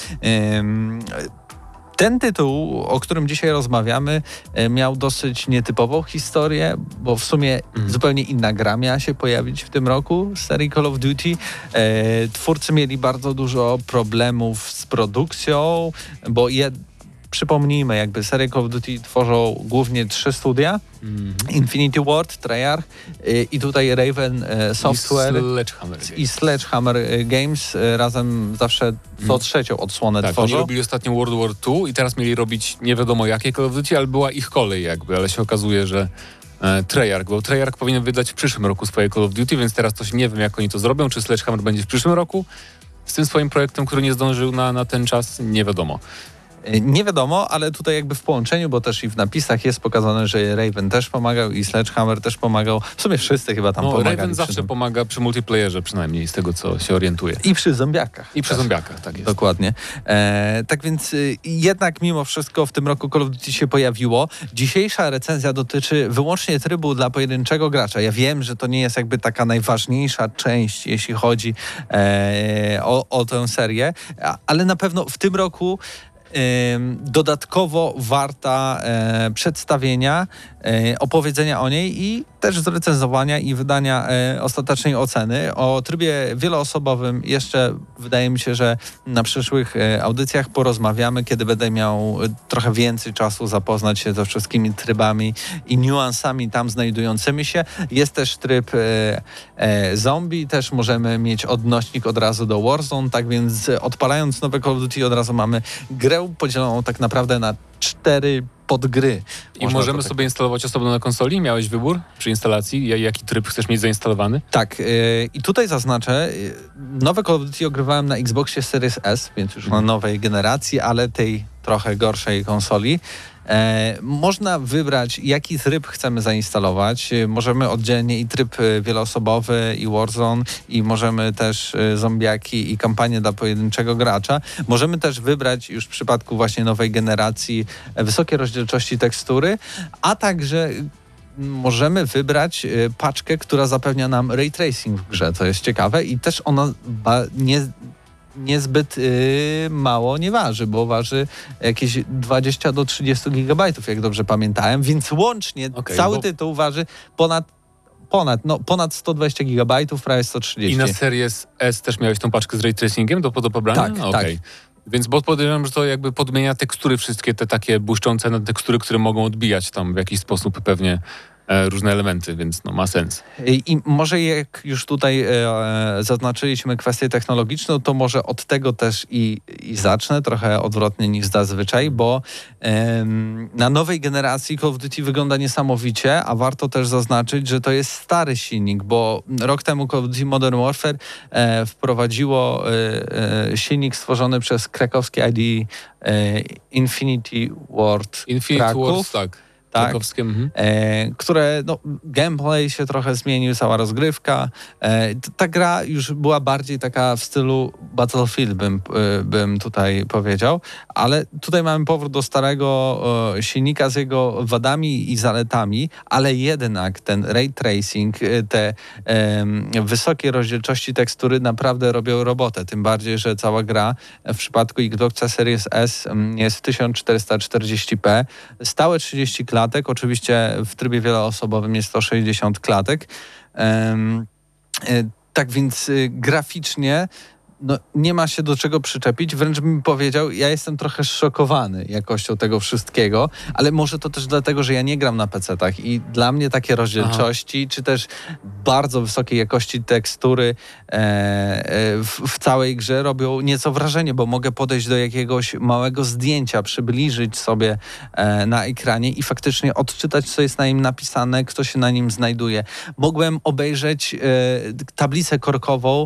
Ten tytuł, o którym dzisiaj rozmawiamy, miał dosyć nietypową historię, bo w sumie zupełnie inna gra miała się pojawić w tym roku z serii Call of Duty. Twórcy mieli bardzo dużo problemów z produkcją, bo przypomnijmy, jakby serię Call of Duty tworzą głównie 3 studia. Infinity Ward, Treyarch i tutaj Raven Software i Sledgehammer Games razem zawsze co trzecią odsłonę tak, tworzą. Oni robili ostatnio World War II i teraz mieli robić nie wiadomo jakie Call of Duty, ale była ich kolej jakby, ale się okazuje, że Treyarch powinien wydać w przyszłym roku swoje Call of Duty, więc teraz coś nie wiem jak oni to zrobią, czy Sledgehammer będzie w przyszłym roku z tym swoim projektem, który nie zdążył na ten czas, nie wiadomo. Nie wiadomo, ale tutaj jakby w połączeniu, bo też i w napisach jest pokazane, że Raven też pomagał i Sledgehammer też pomagał. W sumie wszyscy chyba tam pomagali. Raven zawsze pomaga przy multiplayerze przynajmniej, z tego co się orientuje. I przy zombiakach. I przy zombiakach, tak jest. Dokładnie. Tak więc jednak mimo wszystko w tym roku Call of Duty się pojawiło. Dzisiejsza recenzja dotyczy wyłącznie trybu dla pojedynczego gracza. Ja wiem, że to nie jest jakby taka najważniejsza część, jeśli chodzi o tę serię, ale na pewno w tym roku dodatkowo warta przedstawienia, opowiedzenia o niej i też zrecenzowania i wydania ostatecznej oceny. O trybie wieloosobowym jeszcze wydaje mi się, że na przyszłych audycjach porozmawiamy, kiedy będę miał trochę więcej czasu zapoznać się ze wszystkimi trybami i niuansami tam znajdującymi się. Jest też tryb zombie, też możemy mieć odnośnik od razu do Warzone, tak więc odpalając nowe Call of Duty od razu mamy grę podzieloną tak naprawdę na 4 podgry. I możemy sobie instalować osobno na konsoli? Miałeś wybór przy instalacji? Jaki tryb chcesz mieć zainstalowany? Tak. I tutaj zaznaczę, nowe Call of Duty ogrywałem na Xboxie Series S, więc już na nowej generacji, ale tej trochę gorszej konsoli. Można wybrać, jaki tryb chcemy zainstalować. Możemy oddzielnie i tryb wieloosobowy, i Warzone, i możemy też zombiaki i kampanię dla pojedynczego gracza. Możemy też wybrać już w przypadku właśnie nowej generacji wysokiej rozdzielczości tekstury, a także możemy wybrać paczkę, która zapewnia nam ray tracing w grze. To jest ciekawe i też ona niezbyt mało nie waży, bo waży jakieś 20 do 30 gigabajtów, jak dobrze pamiętałem, więc łącznie cały tytuł waży ponad 120 gigabajtów, prawie 130. I na Series S też miałeś tą paczkę z ray tracingiem do pobrania? Tak, tak. Więc bo podejrzewam, że to jakby podmienia tekstury, wszystkie te takie błyszczące na tekstury, które mogą odbijać tam w jakiś sposób pewnie różne elementy, więc no ma sens. I może jak już tutaj zaznaczyliśmy kwestię technologiczną, to może od tego też i zacznę, trochę odwrotnie niż zazwyczaj, bo na nowej generacji Call of Duty wygląda niesamowicie, a warto też zaznaczyć, że to jest stary silnik, bo rok temu Call of Duty Modern Warfare wprowadziło silnik stworzony przez krakowskie ID Infinity Ward Kraków. Tak. Tak, które gameplay się trochę zmienił, cała rozgrywka. Ta gra już była bardziej taka w stylu Battlefield, bym tutaj powiedział, ale tutaj mamy powrót do starego silnika z jego wadami i zaletami, ale jednak ten ray tracing, te wysokie rozdzielczości tekstury naprawdę robią robotę, tym bardziej, że cała gra w przypadku Xboxa Series S jest 1440p, stałe 30 klatek, klatek. Oczywiście w trybie wieloosobowym jest to 60 klatek. Tak więc graficznie no, nie ma się do czego przyczepić. Wręcz bym powiedział, ja jestem trochę szokowany jakością tego wszystkiego, ale może to też dlatego, że ja nie gram na PC-tach i dla mnie takie rozdzielczości, czy też bardzo wysokiej jakości tekstury w całej grze robią nieco wrażenie, bo mogę podejść do jakiegoś małego zdjęcia, przybliżyć sobie na ekranie i faktycznie odczytać, co jest na nim napisane, kto się na nim znajduje. Mogłem obejrzeć tablicę korkową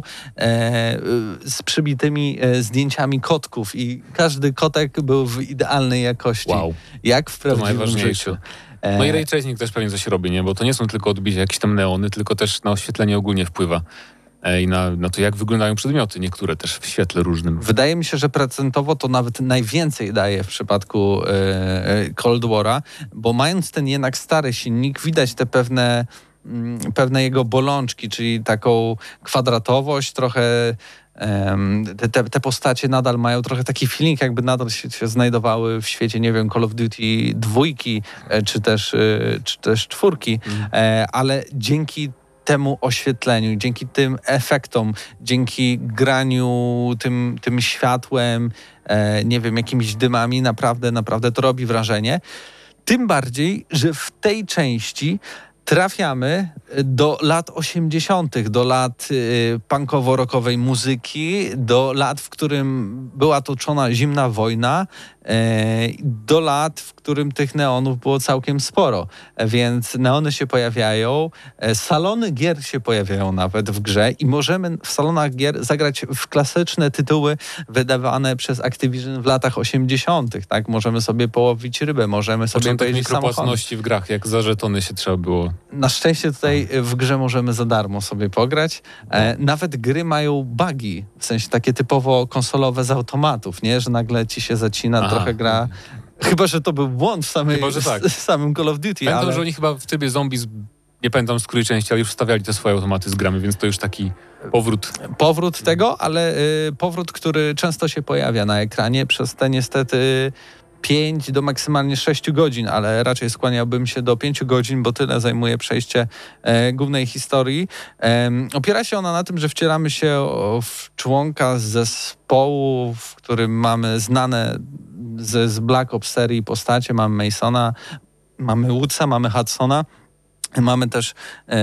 z przybitymi zdjęciami kotków i każdy kotek był w idealnej jakości. Wow. Jak w prawdziwym najważniejsze. życiu. No i ray tracing też pewnie coś robi, nie? Bo to nie są tylko odbicia jakieś tam neony, tylko też na oświetlenie ogólnie wpływa. I na to, jak wyglądają przedmioty, niektóre też w świetle różnym. Wydaje mi się, że procentowo to nawet najwięcej daje w przypadku Cold War'a, bo mając ten jednak stary silnik, widać te pewne jego bolączki, czyli taką kwadratowość, trochę te postacie nadal mają trochę taki feeling, jakby nadal się znajdowały w świecie, nie wiem, Call of Duty 2, czy też 4, ale dzięki temu oświetleniu, dzięki tym efektom, dzięki graniu tym światłem, nie wiem, jakimiś dymami, naprawdę to robi wrażenie. Tym bardziej, że w tej części trafiamy do lat 80., do lat punkowo-rockowej muzyki, do lat, w którym była toczona zimna wojna, do lat, w którym tych neonów było całkiem sporo. Więc neony się pojawiają, salony gier się pojawiają nawet w grze i możemy w salonach gier zagrać w klasyczne tytuły wydawane przez Activision w latach 80., tak? Możemy sobie połowić rybę, możemy sobie Początek pojeździć samochodem. mikropłatności w grach, jak za żetony się trzeba było. Na szczęście tutaj w grze możemy za darmo sobie pograć. Nawet gry mają bugi, w sensie takie typowo konsolowe z automatów, nie? Że nagle ci się zacina trochę gra. Chyba że to był błąd w Chyba, że tak. samym Call of Duty. Pamiętam, ale... że oni chyba w trybie zombie, nie pamiętam z której części, ale już wstawiali te swoje automaty z grami, więc to już taki powrót tego, ale powrót, który często się pojawia na ekranie przez te niestety 5 do maksymalnie 6 godzin, ale raczej skłaniałbym się do 5 godzin, bo tyle zajmuje przejście głównej historii. Opiera się ona na tym, że wcielamy się w członka zespołu, w którym mamy znane z Black Ops serii postacie. Mamy Masona, mamy Woodsa, mamy Hudsona. Mamy też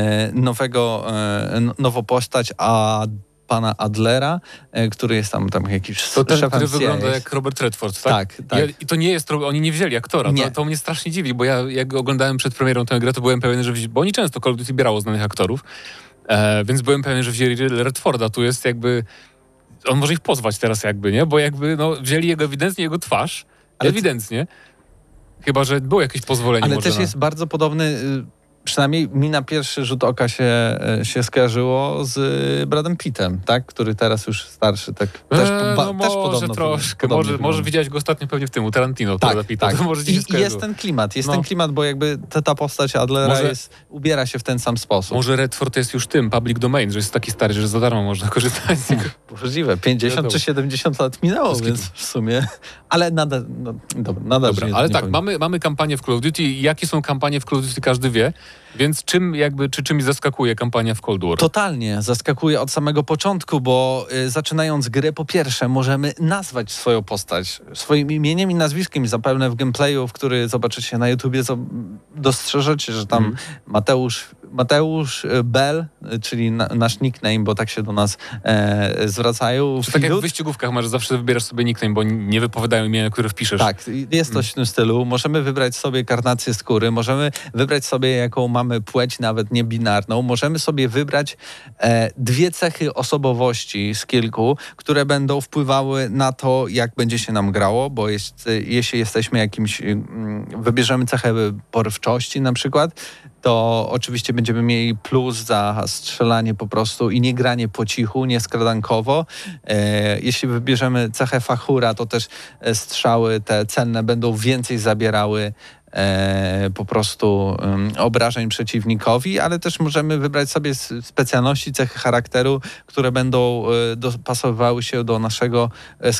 nową postać, pana Adlera, który jest tam jakiś To ten, szefem który CIA. wygląda jak Robert Redford, tak? Tak. I to nie jest, oni nie wzięli aktora, Nie. to mnie strasznie dziwi, bo ja jak oglądałem przed premierą tę grę, to byłem pewien, że bo oni często Call of Duty bierało znanych aktorów, więc byłem pewien, że wzięli Redforda, tu jest jakby, on może ich pozwać teraz jakby, nie? Bo jakby, wzięli jego ewidentnie jego twarz, ewidentnie, chyba, że było jakieś pozwolenie Ale może też jest bardzo podobny, przynajmniej mi na pierwszy rzut oka się skojarzyło z Bradem Pittem, tak? Który teraz już starszy, tak też może podobno. troszkę, podobnie może widziałeś go ostatnio pewnie w tym, u Tarantino, tak, Pitta, to może ci się I skojarzyło. jest ten klimat, bo jakby ta postać Adlera ubiera się w ten sam sposób. Może Redford jest już tym, public domain, że jest taki stary, że za darmo można korzystać z niego. Możliwe, 50 czy 70 lat minęło, więc w sumie, ale nadal, Dobra, nie, ale nie tak, powiem. mamy kampanię w Call of Duty. Jakie są kampanie w Call of Duty, każdy wie. Więc czymś zaskakuje kampania w Cold War? Totalnie zaskakuje od samego początku, bo zaczynając grę, po pierwsze możemy nazwać swoją postać swoim imieniem i nazwiskiem. Zapewne w gameplayu, który zobaczycie na YouTubie, dostrzeżecie, że tam Mateusz Bell, czyli nasz nickname, bo tak się do nas zwracają. Czy tak jak w wyścigówkach masz, zawsze wybierasz sobie nickname, bo nie wypowiadają imienia, które wpiszesz. Tak, jest coś w tym stylu. Możemy wybrać sobie karnację skóry, możemy wybrać sobie, jaką mamy płeć, nawet niebinarną. Możemy sobie wybrać 2 cechy osobowości z kilku, które będą wpływały na to, jak będzie się nam grało, bo jeśli jesteśmy wybierzemy cechę porywczości na przykład, to oczywiście będziemy mieli plus za strzelanie po prostu i nie granie po cichu, nie skradankowo. Jeśli wybierzemy cechę fachura, to też strzały te celne będą więcej zabierały po prostu obrażeń przeciwnikowi, ale też możemy wybrać sobie specjalności, cechy charakteru, które będą dopasowywały się do naszego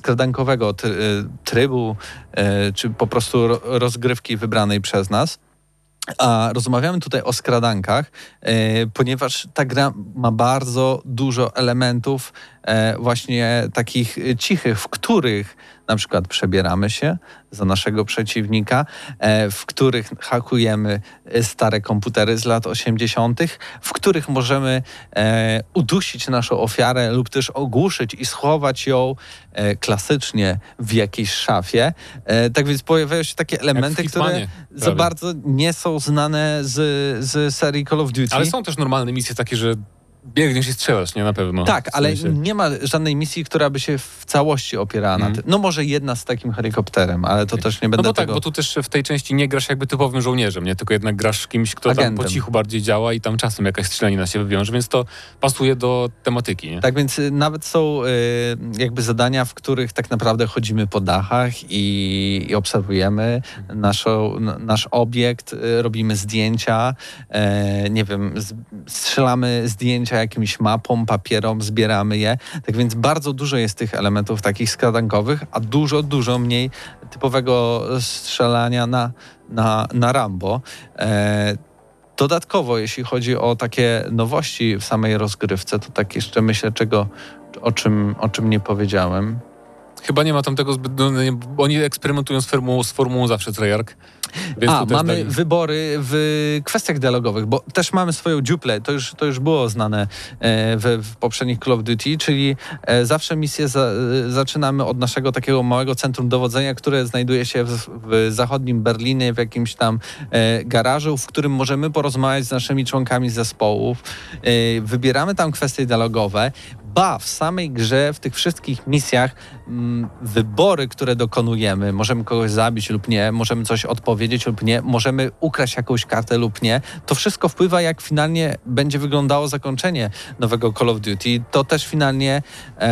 skradankowego trybu, czy po prostu rozgrywki wybranej przez nas. A rozmawiamy tutaj o skradankach, ponieważ ta gra ma bardzo dużo elementów właśnie takich cichych, w których na przykład przebieramy się za naszego przeciwnika, w których hakujemy stare komputery z lat 80., w których możemy udusić naszą ofiarę lub też ogłuszyć i schować ją klasycznie w jakiejś szafie. Tak więc pojawiają się takie elementy, które Hitmanie, za prawie. bardzo nie są znane z serii Call of Duty. Ale są też normalne misje takie, że biegniesz i strzelasz, nie na pewno. Tak, W ale sensie- nie ma żadnej misji, która by się w całości opierała na tym. No może jedna z takim helikopterem, ale to też nie będę No bo tak, tego... bo tu też w tej części nie grasz jakby typowym żołnierzem, nie? Tylko jednak grasz kimś, kto tam Agentem. po cichu bardziej działa i tam czasem jakaś strzelanina się wywiąże, więc to pasuje do tematyki, nie? Tak więc nawet są jakby zadania, w których tak naprawdę chodzimy po dachach i obserwujemy nasz obiekt, robimy zdjęcia, nie wiem, strzelamy zdjęcia jakimś mapom, papierom, zbieramy je. Tak więc bardzo dużo jest tych elementów takich skradankowych, a dużo mniej typowego strzelania na Rambo. Dodatkowo, jeśli chodzi o takie nowości w samej rozgrywce, to tak jeszcze myślę, o czym nie powiedziałem. Chyba nie ma tam tego zbyt... No, bo oni eksperymentują z formułą zawsze Treyarch. Więc tu też Mamy dali- wybory w kwestiach dialogowych, bo też mamy swoją dziuplę, to już było znane w poprzednich Call of Duty, czyli zawsze misję zaczynamy od naszego takiego małego centrum dowodzenia, które znajduje się w zachodnim Berlinie, w jakimś tam garażu, w którym możemy porozmawiać z naszymi członkami zespołów. Wybieramy tam kwestie dialogowe. W samej grze, w tych wszystkich misjach wybory, które dokonujemy, możemy kogoś zabić lub nie, możemy coś odpowiedzieć lub nie, możemy ukraść jakąś kartę lub nie, to wszystko wpływa, jak finalnie będzie wyglądało zakończenie nowego Call of Duty. To też finalnie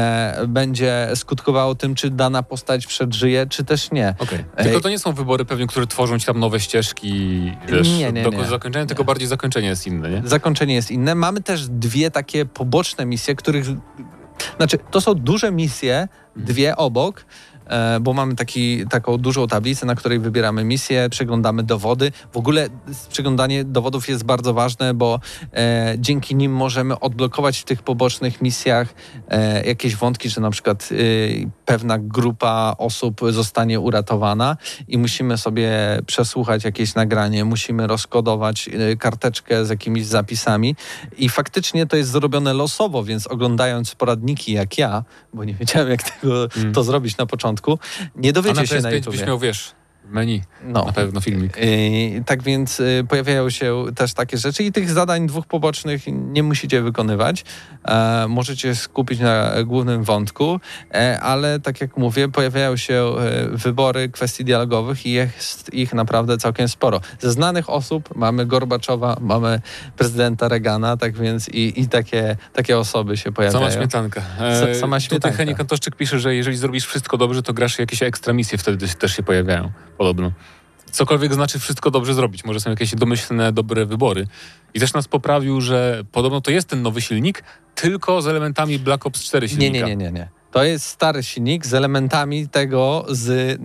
będzie skutkowało tym, czy dana postać przeżyje, czy też nie. Okej. Tylko to nie są wybory pewnie, które tworzą ci tam nowe ścieżki, wiesz, Nie. do zakończenia, tylko bardziej zakończenie jest inne, nie? Zakończenie jest inne. Mamy też dwie takie poboczne misje, których... Znaczy, to są duże misje, dwie obok, bo mamy taką dużą tablicę, na której wybieramy misje, przeglądamy dowody. W ogóle przeglądanie dowodów jest bardzo ważne, bo dzięki nim możemy odblokować w tych pobocznych misjach jakieś wątki, że na przykład pewna grupa osób zostanie uratowana i musimy sobie przesłuchać jakieś nagranie, musimy rozkodować karteczkę z jakimiś zapisami i faktycznie to jest zrobione losowo, więc oglądając poradniki jak ja, bo nie wiedziałem jak to zrobić na początku, nie A dowiecie na się na PS5 YouTube. byś miał, wiesz, menu, No. na pewno filmik. Tak więc pojawiają się też takie rzeczy i tych zadań dwóch pobocznych nie musicie wykonywać. Możecie skupić na głównym wątku, ale tak jak mówię, pojawiają się wybory kwestii dialogowych i jest ich naprawdę całkiem sporo. Ze znanych osób mamy Gorbaczowa, mamy prezydenta Reagana, tak więc i takie osoby się pojawiają. Sama śmietanka. Sama śmietanka. Tutaj Henik Antoszczyk pisze, że jeżeli zrobisz wszystko dobrze, to grasz jakieś ekstra misje, wtedy też się pojawiają, podobno. Cokolwiek znaczy wszystko dobrze zrobić. Może są jakieś domyślne, dobre wybory. I też nas poprawił, że podobno to jest ten nowy silnik, tylko z elementami Black Ops 4 silnika. Nie. To jest stary silnik z elementami tego z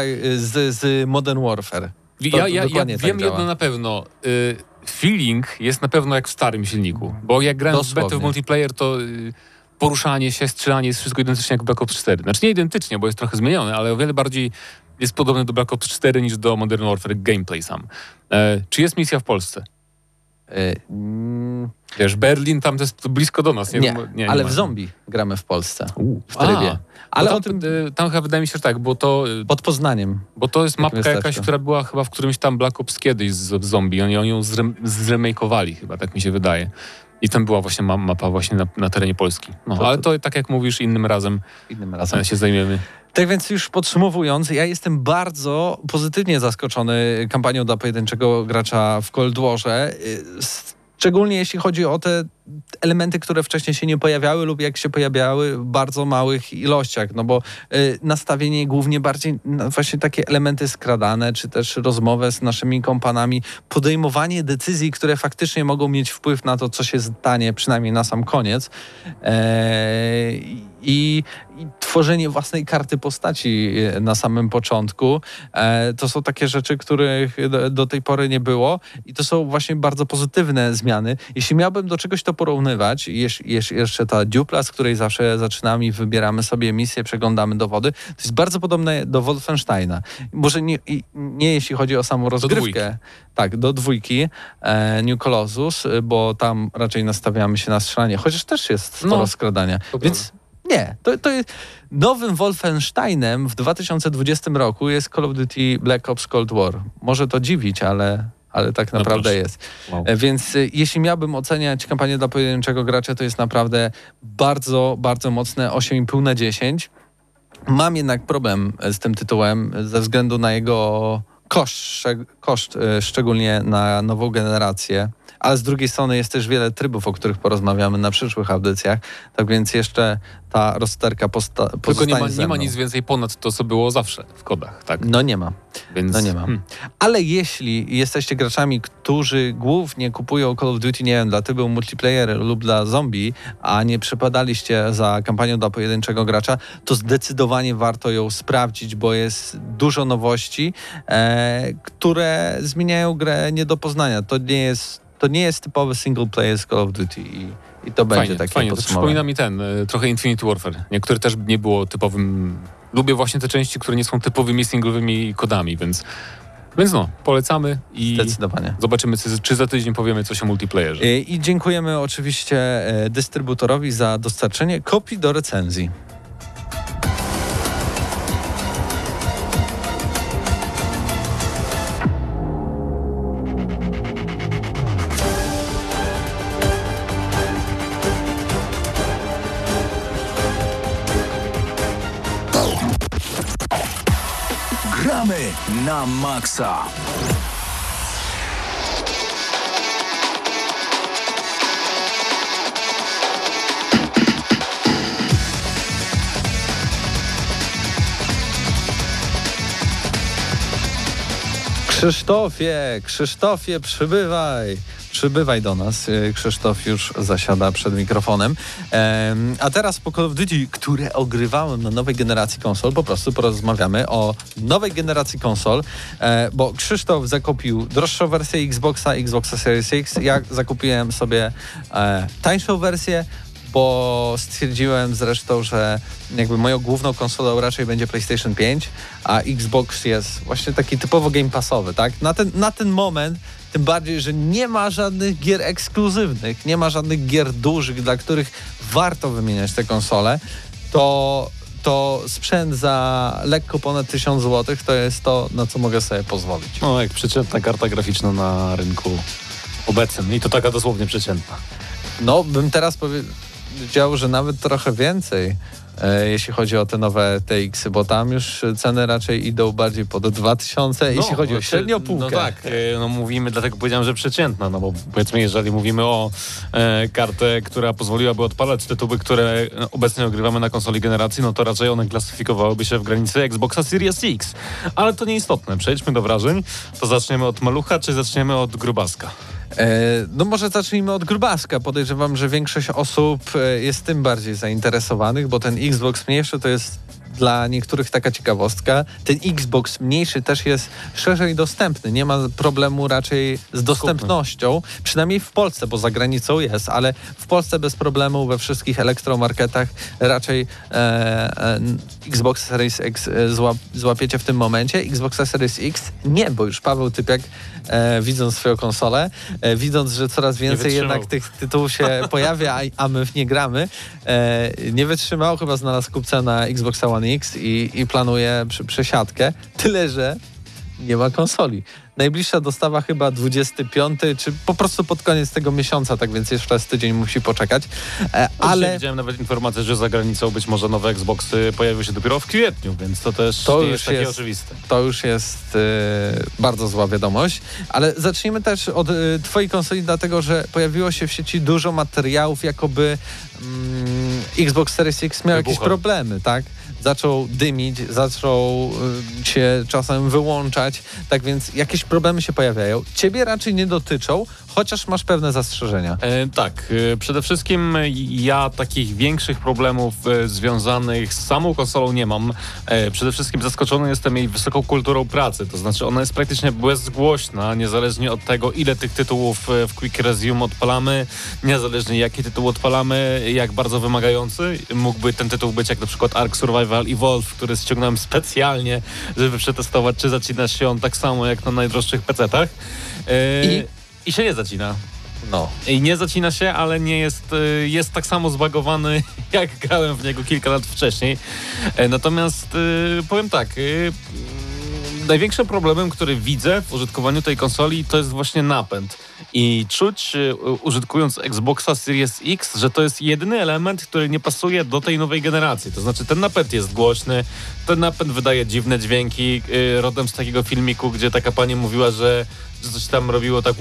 Modern Warfare. To Ja dokładnie wiem tak działa. jedno na pewno. Feeling jest na pewno jak w starym silniku. Bo jak grałem w Dosłownie. betę w multiplayer, to poruszanie się, strzelanie jest wszystko identycznie jak w Black Ops 4. Znaczy nie identycznie, bo jest trochę zmienione, ale o wiele bardziej jest podobny do Black Ops 4 niż do Modern Warfare gameplay sam. Czy jest misja w Polsce? Wiesz, Berlin tam to jest blisko do nas. Nie, ale ma. w zombie gramy w Polsce. W A, trybie. Ale tam, o tym tam chyba wydaje mi się, że tak, bo to pod Poznaniem. jest mapka miasteczko. jakaś, która była chyba w którymś tam Black Ops kiedyś z zombie. Oni ją zremakeowali chyba, tak mi się wydaje. I tam była właśnie mapa właśnie na terenie Polski. No, ale to tak jak mówisz, innym razem się zajmiemy. Tak więc już podsumowując, ja jestem bardzo pozytywnie zaskoczony kampanią dla pojedynczego gracza w Cold Warze. Szczególnie jeśli chodzi o te elementy, które wcześniej się nie pojawiały lub jak się pojawiały w bardzo małych ilościach, no bo nastawienie głównie bardziej na właśnie takie elementy skradane, czy też rozmowę z naszymi kompanami, podejmowanie decyzji, które faktycznie mogą mieć wpływ na to, co się stanie, przynajmniej na sam koniec. i tworzenie własnej karty postaci na samym początku. To są takie rzeczy, których do tej pory nie było i to są właśnie bardzo pozytywne zmiany. Jeśli miałbym do czegoś to porównywać, jeszcze ta Dupla, z której zawsze zaczynamy i wybieramy sobie misję, przeglądamy dowody, to jest bardzo podobne do Wolfensteina. Może nie jeśli chodzi o samą rozgrywkę. Tak, do 2 New Colossus, bo tam raczej nastawiamy się na strzelanie, chociaż też jest sporo skradania. Więc nie, to jest nowym Wolfensteinem w 2020 roku jest Call of Duty Black Ops Cold War. Może to dziwić, ale tak naprawdę jest. Wow. Więc jeśli miałbym oceniać kampanię dla pojedynczego gracza, to jest naprawdę bardzo, bardzo mocne 8,5 na 10. Mam jednak problem z tym tytułem ze względu na jego koszt, szczególnie na nową generację. Ale z drugiej strony jest też wiele trybów, o których porozmawiamy na przyszłych audycjach. Tak więc jeszcze ta rozterka pozostanie Tylko nie ze ma mną. nic więcej ponad to, co było zawsze w kodach, tak? No nie ma. Więc, No nie ma. Ale jeśli jesteście graczami, którzy głównie kupują Call of Duty, nie wiem, dla trybu multiplayer lub dla zombie, a nie przypadaliście za kampanią dla pojedynczego gracza, to zdecydowanie warto ją sprawdzić, bo jest dużo nowości, które zmieniają grę nie do poznania. To nie jest typowy single player z Call of Duty i to będzie takie fajnie. To podsumowanie. przypomina mi trochę Infinite Warfare, które też nie było typowym... Lubię właśnie te części, które nie są typowymi singlowymi kodami, więc no, polecamy i Zdecydowanie. zobaczymy, czy za tydzień powiemy coś o multiplayerze. I dziękujemy oczywiście dystrybutorowi za dostarczenie kopii do recenzji. Gramy na maksa. Krzysztofie, przybywaj do nas. Krzysztof już zasiada przed mikrofonem. A teraz po Call of Duty, które ogrywałem na nowej generacji konsol, po prostu porozmawiamy o nowej generacji konsol, bo Krzysztof zakupił droższą wersję Xboxa Series X. Ja zakupiłem sobie tańszą wersję, bo stwierdziłem zresztą, że jakby moją główną konsolą raczej będzie PlayStation 5, a Xbox jest właśnie taki typowo game passowy, tak? Na ten moment, tym bardziej, że nie ma żadnych gier ekskluzywnych, nie ma żadnych gier dużych, dla których warto wymieniać te konsole, to sprzęt za lekko ponad 1000 zł to jest to, na co mogę sobie pozwolić. No, jak przeciętna karta graficzna na rynku obecnym i to taka dosłownie przeciętna. No, bym teraz powiedział, że nawet trochę więcej, jeśli chodzi o te nowe TX, bo tam już ceny raczej idą bardziej pod 2000, jeśli chodzi o średnią półkę. No tak, mówimy, dlatego powiedziałem, że przeciętna, no bo powiedzmy, jeżeli mówimy o kartę, która pozwoliłaby odpalać tytuły, które obecnie ogrywamy na konsoli generacji, no to raczej one klasyfikowałyby się w granicy Xboxa Series X. Ale to nieistotne. Przejdźmy do wrażeń. To zaczniemy od malucha, czy zaczniemy od grubaska? No może zacznijmy od grubaska. Podejrzewam, że większość osób jest tym bardziej zainteresowanych, bo ten Xbox mniejszy to jest dla niektórych taka ciekawostka. Ten Xbox mniejszy też jest szerzej dostępny. Nie ma problemu raczej z dostępnością, przynajmniej w Polsce, bo za granicą jest, ale w Polsce bez problemu we wszystkich elektromarketach raczej Xbox Series X złapiecie w tym momencie. Xbox Series X nie, bo już Paweł Typiak widząc swoją konsolę, widząc, że coraz więcej jednak tych tytułów się pojawia, a my w nie gramy, nie wytrzymał, chyba znalazł kupca na Xbox One X i planuje przesiadkę. Tyle, że nie ma konsoli. Najbliższa dostawa chyba 25, czy po prostu pod koniec tego miesiąca, tak więc jeszcze z tydzień musi poczekać. Ale widziałem nawet informację, że za granicą być może nowe Xboxy pojawiły się dopiero w kwietniu, więc to też nie jest takie oczywiste. To już jest bardzo zła wiadomość, ale zacznijmy też od twojej konsoli, dlatego że pojawiło się w sieci dużo materiałów, jakoby Xbox Series X miał jakieś problemy, tak? Zaczął dymić, zaczął się czasem wyłączać, tak więc jakieś problemy się pojawiają. Ciebie raczej nie dotyczą, chociaż masz pewne zastrzeżenia. Tak, przede wszystkim ja takich większych problemów związanych z samą konsolą nie mam. Przede wszystkim zaskoczony jestem jej wysoką kulturą pracy, to znaczy ona jest praktycznie bezgłośna, niezależnie od tego, ile tych tytułów w Quick Resume odpalamy, niezależnie jaki tytuł odpalamy, jak bardzo wymagający. Mógłby ten tytuł być jak na przykład Ark Survival Evolved, który ściągnąłem specjalnie, żeby przetestować, czy zacina się on tak samo jak na najdroższych PC-tach. I się nie zacina. No. I nie zacina się, ale nie jest tak samo zbagowany, jak grałem w niego kilka lat wcześniej. Natomiast powiem tak, największym problemem, który widzę w użytkowaniu tej konsoli, to jest właśnie napęd. I czuć, użytkując Xboxa Series X, że to jest jedyny element, który nie pasuje do tej nowej generacji. To znaczy ten napęd jest głośny, ten napęd wydaje dziwne dźwięki, rodem z takiego filmiku, gdzie taka pani mówiła, że coś tam robiło tak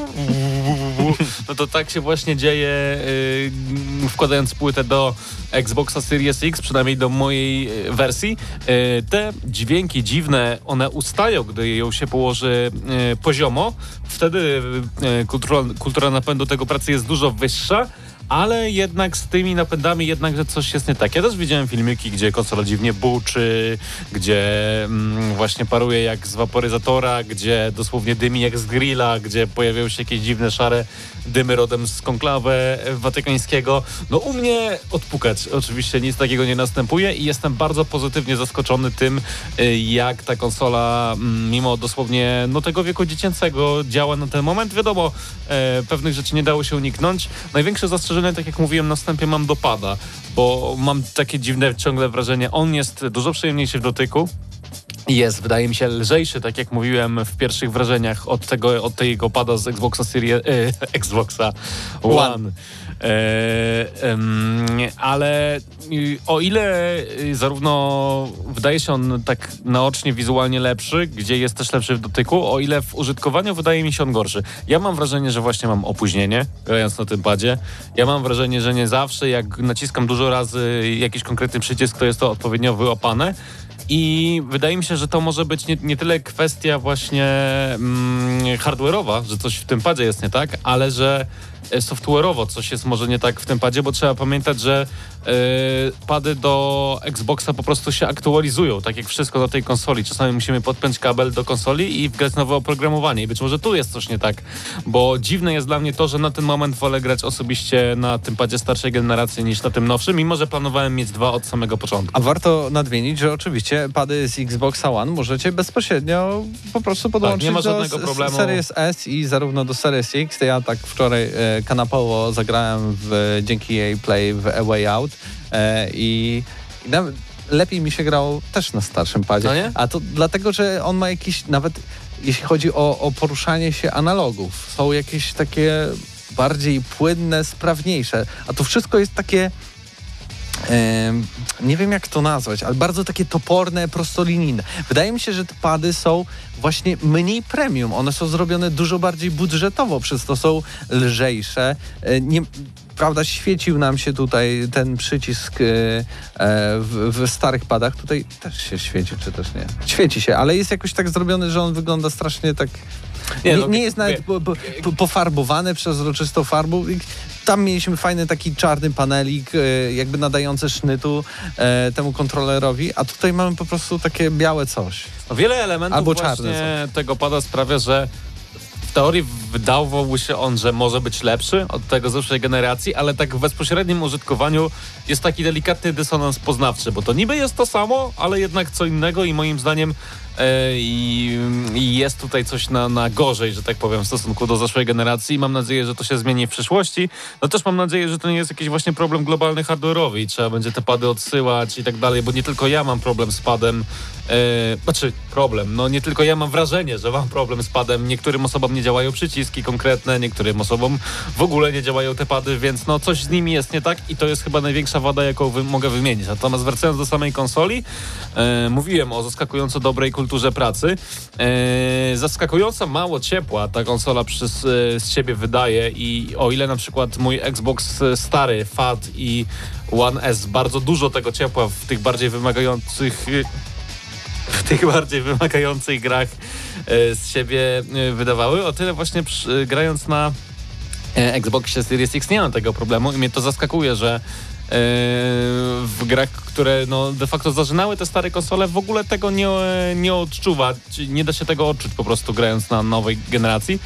no to tak się właśnie dzieje, wkładając płytę do Xboxa Series X, przynajmniej do mojej wersji. Te dźwięki dziwne, one ustają, gdy ją się położy poziomo. Wtedy kultura napędu tego pracy jest dużo wyższa, ale jednak z tymi napędami jednakże coś jest nie tak. Ja też widziałem filmiki, gdzie konsola dziwnie buczy, gdzie właśnie paruje jak z waporyzatora, gdzie dosłownie dymi jak z grilla, gdzie pojawiają się jakieś dziwne szare dymy rodem z konklawe watykańskiego. No u mnie odpukać. Oczywiście nic takiego nie następuje i jestem bardzo pozytywnie zaskoczony tym, jak ta konsola mimo dosłownie tego wieku dziecięcego działa na ten moment. Wiadomo, pewnych rzeczy nie dało się uniknąć. Największe zastrzeżenie, tak jak mówiłem na wstępie, mam do pada, bo mam takie dziwne ciągle wrażenie, on jest dużo przyjemniejszy w dotyku. Jest, wydaje mi się, lżejszy, tak jak mówiłem w pierwszych wrażeniach od tego pada z Xboxa Series, Xboxa One. Ale o ile zarówno wydaje się on tak naocznie, wizualnie lepszy, gdzie jest też lepszy w dotyku, o ile w użytkowaniu wydaje mi się on gorszy. Ja mam wrażenie, że właśnie mam opóźnienie, grając na tym padzie. Ja mam wrażenie, że nie zawsze, jak naciskam dużo razy jakiś konkretny przycisk, to jest to odpowiednio wyłapane. I wydaje mi się, że to może być nie tyle kwestia właśnie hardware'owa, że coś w tym padzie jest nie tak, ale że software'owo coś jest może nie tak w tym padzie, bo trzeba pamiętać, że pady do Xboxa po prostu się aktualizują, tak jak wszystko na tej konsoli. Czasami musimy podpiąć kabel do konsoli i wgrać nowe oprogramowanie. I być może tu jest coś nie tak, bo dziwne jest dla mnie to, że na ten moment wolę grać osobiście na tym padzie starszej generacji niż na tym nowszym, mimo że planowałem mieć dwa od samego początku. A warto nadmienić, że oczywiście pady z Xboxa One możecie bezpośrednio po prostu podłączyć nie ma do żadnego problemu. Series S i zarówno do Series X. Ja tak wczoraj kanapowo zagrałem dzięki jej Play w A Way Out i nawet lepiej mi się grało też na starszym padzie. No nie? A to dlatego, że on ma jakiś, nawet jeśli chodzi o poruszanie się analogów, są jakieś takie bardziej płynne, sprawniejsze. A to wszystko jest takie nie wiem jak to nazwać, ale bardzo takie toporne, prostolinijne. Wydaje mi się, że te pady są właśnie mniej premium. One są zrobione dużo bardziej budżetowo, przez to są lżejsze. Prawda, świecił nam się tutaj ten przycisk w starych padach. Tutaj też się świeci, czy też nie? Świeci się, ale jest jakoś tak zrobiony, że on wygląda strasznie tak... Nie jest nawet pofarbowany przezroczystą farbą. Tam mieliśmy fajny taki czarny panelik, jakby nadający sznytu temu kontrolerowi, a tutaj mamy po prostu takie białe coś. Wiele elementów albo właśnie tego pada sprawia, że w teorii wydawałby się on, że może być lepszy od tego zeszłej generacji, ale tak w bezpośrednim użytkowaniu jest taki delikatny dysonans poznawczy, bo to niby jest to samo, ale jednak co innego i moim zdaniem i jest tutaj coś na gorzej, że tak powiem, w stosunku do zeszłej generacji. Mam nadzieję, że to się zmieni w przyszłości. No też mam nadzieję, że to nie jest jakiś właśnie problem globalny hardware'owy i trzeba będzie te pady odsyłać i tak dalej, bo nie tylko ja mam problem z padem. Nie tylko ja mam wrażenie, że mam problem z padem. Niektórym osobom nie działają przyciski konkretne, niektórym osobom w ogóle nie działają te pady, więc coś z nimi jest nie tak i to jest chyba największa wada, jaką mogę wymienić. Natomiast wracając do samej konsoli, mówiłem o zaskakująco dobrej kulturze pracy. Zaskakująco mało ciepła ta konsola z siebie wydaje i o ile na przykład mój Xbox stary, Fat i One S bardzo dużo tego ciepła w tych bardziej wymagających grach z siebie wydawały. O tyle właśnie grając na Xboxie Series X nie mam tego problemu i mnie to zaskakuje, że w grach, które no, de facto zażynały te stare konsole, w ogóle tego nie odczuwa. Nie da się tego odczuć po prostu grając na nowej generacji.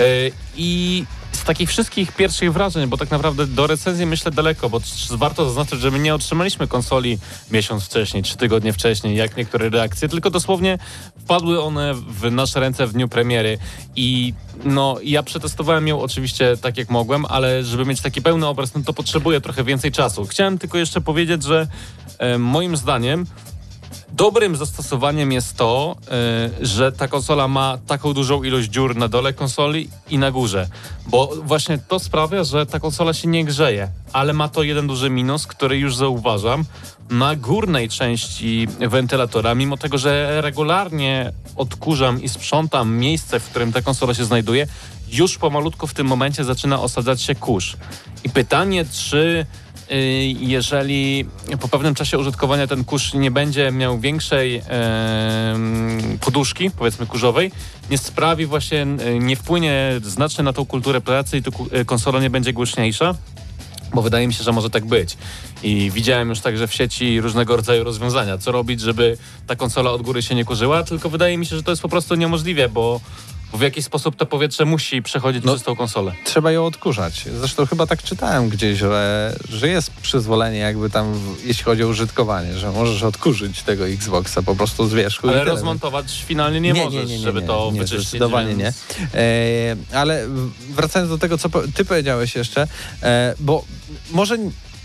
I z takich wszystkich pierwszych wrażeń, bo tak naprawdę do recenzji myślę daleko, bo warto zaznaczyć, że my nie otrzymaliśmy konsoli miesiąc wcześniej, 3 tygodnie wcześniej, jak niektóre reakcje, tylko dosłownie wpadły one w nasze ręce w dniu premiery i no ja przetestowałem ją oczywiście tak jak mogłem, ale żeby mieć taki pełny obraz, no to potrzebuję trochę więcej czasu. Chciałem tylko jeszcze powiedzieć, że moim zdaniem dobrym zastosowaniem jest to, że ta konsola ma taką dużą ilość dziur na dole konsoli i na górze, bo właśnie to sprawia, że ta konsola się nie grzeje, ale ma to jeden duży minus, który już zauważam. Na górnej części wentylatora, mimo tego, że regularnie odkurzam i sprzątam miejsce, w którym ta konsola się znajduje, już pomalutku w tym momencie zaczyna osadzać się kurz. I pytanie, czy jeżeli po pewnym czasie użytkowania ten kurz nie będzie miał większej poduszki, powiedzmy kurzowej, nie sprawi właśnie, nie wpłynie znacznie na tą kulturę pracy i to konsola nie będzie głośniejsza, bo wydaje mi się, że może tak być. I widziałem już także w sieci różnego rodzaju rozwiązania, co robić, żeby ta konsola od góry się nie kurzyła, tylko wydaje mi się, że to jest po prostu niemożliwe, bo w jakiś sposób to powietrze musi przechodzić przez tą konsolę. Trzeba ją odkurzać. Zresztą chyba tak czytałem gdzieś, że jest przyzwolenie jakby tam, jeśli chodzi o użytkowanie, że możesz odkurzyć tego Xboxa po prostu z wierzchu. Ale rozmontować finalnie nie możesz, żeby to wyczyścić. Zdecydowanie więc... nie. Ale wracając do tego, co ty powiedziałeś jeszcze, bo może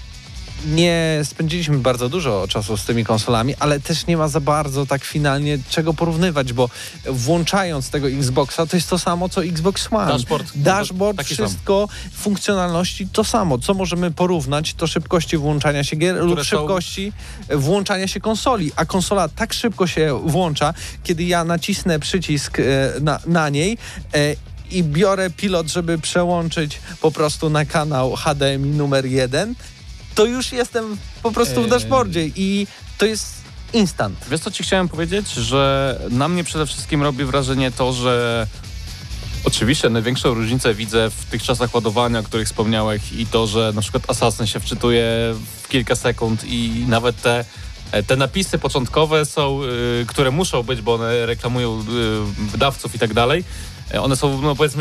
nie spędziliśmy bardzo dużo czasu z tymi konsolami, ale też nie ma za bardzo tak finalnie czego porównywać, bo włączając tego Xboxa, to jest to samo, co Xbox One. Dashboard, wszystko, funkcjonalności to samo. Co możemy porównać, to szybkości włączania się gier lub szybkości włączania się konsoli, a konsola tak szybko się włącza, kiedy ja nacisnę przycisk na niej i biorę pilot, żeby przełączyć po prostu na kanał HDMI numer 1, to już jestem po prostu w dashboardzie i to jest instant. Wiesz, co ci chciałem powiedzieć? Że na mnie przede wszystkim robi wrażenie to, że oczywiście największą różnicę widzę w tych czasach ładowania, o których wspomniałeś i to, że na przykład Assassin się wczytuje w kilka sekund i nawet te napisy początkowe są, które muszą być, bo one reklamują wydawców i tak dalej. One są, no powiedzmy,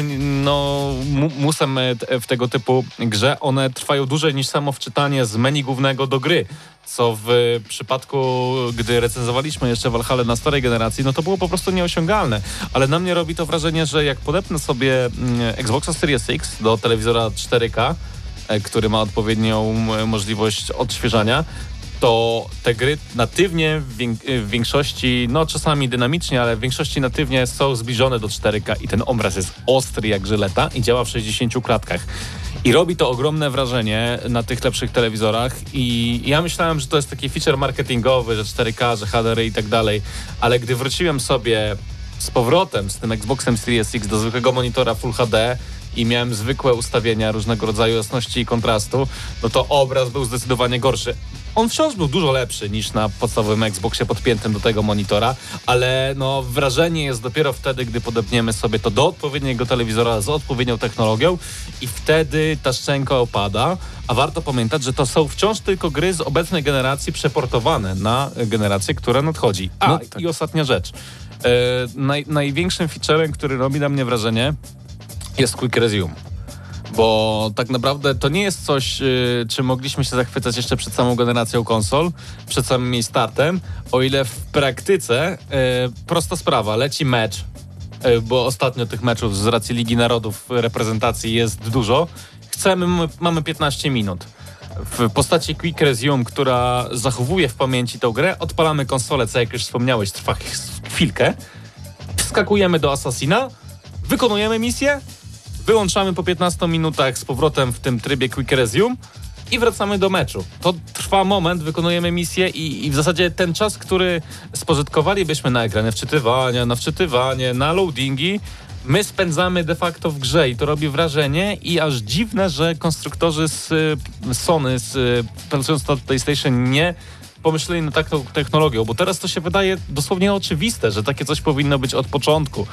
musem w tego typu grze. One trwają dłużej niż samo wczytanie z menu głównego do gry, co w przypadku, gdy recenzowaliśmy jeszcze Valhalla na starej generacji, no to było po prostu nieosiągalne. Ale na mnie robi to wrażenie, że jak podepnę sobie Xboxa Series X do telewizora 4K, który ma odpowiednią możliwość odświeżania, to te gry natywnie w większości, no czasami dynamicznie, ale w większości natywnie są zbliżone do 4K i ten obraz jest ostry jak żyleta i działa w 60 klatkach. I robi to ogromne wrażenie na tych lepszych telewizorach i ja myślałem, że to jest taki feature marketingowy, że 4K, że HDR i tak dalej, ale gdy wróciłem sobie z powrotem z tym Xboxem Series X do zwykłego monitora Full HD i miałem zwykłe ustawienia różnego rodzaju jasności i kontrastu, no to obraz był zdecydowanie gorszy. On wciąż był dużo lepszy niż na podstawowym Xboxie podpiętym do tego monitora, ale no wrażenie jest dopiero wtedy, gdy podepniemy sobie to do odpowiedniego telewizora z odpowiednią technologią i wtedy ta szczęka opada, a warto pamiętać, że to są wciąż tylko gry z obecnej generacji przeportowane na generację, która nadchodzi. I ostatnia rzecz. Największym featurem, który robi na mnie wrażenie, jest Quick Resume. Bo tak naprawdę to nie jest coś, czym mogliśmy się zachwycać jeszcze przed samą generacją konsol, przed samym jej startem, o ile w praktyce prosta sprawa, leci mecz, bo ostatnio tych meczów z racji Ligi Narodów reprezentacji jest dużo, mamy 15 minut. W postaci Quick Resume, która zachowuje w pamięci tą grę, odpalamy konsolę, co jak już wspomniałeś, trwa chwilkę, wskakujemy do Assassina, wykonujemy misję, wyłączamy po 15 minutach z powrotem w tym trybie Quick Resume i wracamy do meczu. To trwa moment, wykonujemy misję i w zasadzie ten czas, który spożytkowalibyśmy na ekranie wczytywanie, na loadingi, my spędzamy de facto w grze i to robi wrażenie i aż dziwne, że konstruktorzy z Sony, pracując na PlayStation, nie pomyśleli nad taką technologią, bo teraz to się wydaje dosłownie oczywiste, że takie coś powinno być od początku.